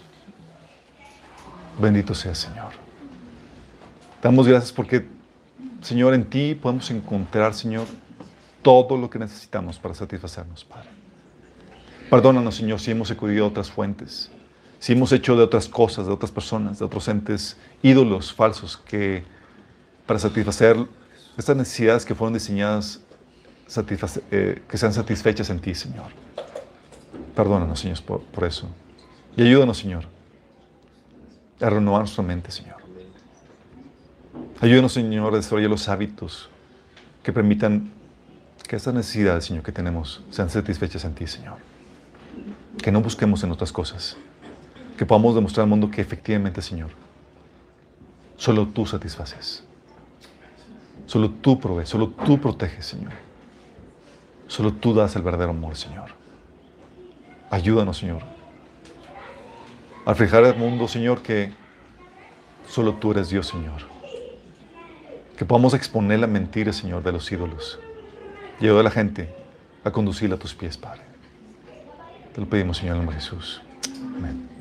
bendito sea, Señor. Te damos gracias porque, Señor, en ti podemos encontrar, Señor, todo lo que necesitamos para satisfacernos, Padre. Perdónanos, Señor, si hemos acudido a otras fuentes, si hemos hecho de otras cosas, de otras personas, de otros entes, ídolos falsos que para satisfacer estas necesidades que fueron diseñadas, que sean satisfechas en ti, Señor. Perdónanos, Señor, por eso. Y ayúdanos, Señor, a renovar nuestra mente, Señor. Ayúdanos, Señor, a desarrollar los hábitos que permitan que estas necesidades, Señor, que tenemos sean satisfechas en ti, Señor. Que no busquemos en otras cosas. Que podamos demostrar al mundo que efectivamente, Señor, solo tú satisfaces. Solo tú provees, solo tú proteges, Señor. Solo tú das el verdadero amor, Señor. Ayúdanos, Señor, a reflejar al mundo, Señor, que solo tú eres Dios, Señor. Que podamos exponer la mentira, Señor, de los ídolos y ayudar a la gente a conducirla a tus pies, Padre. Te lo pedimos, Señor, en el nombre de Jesús. Amén.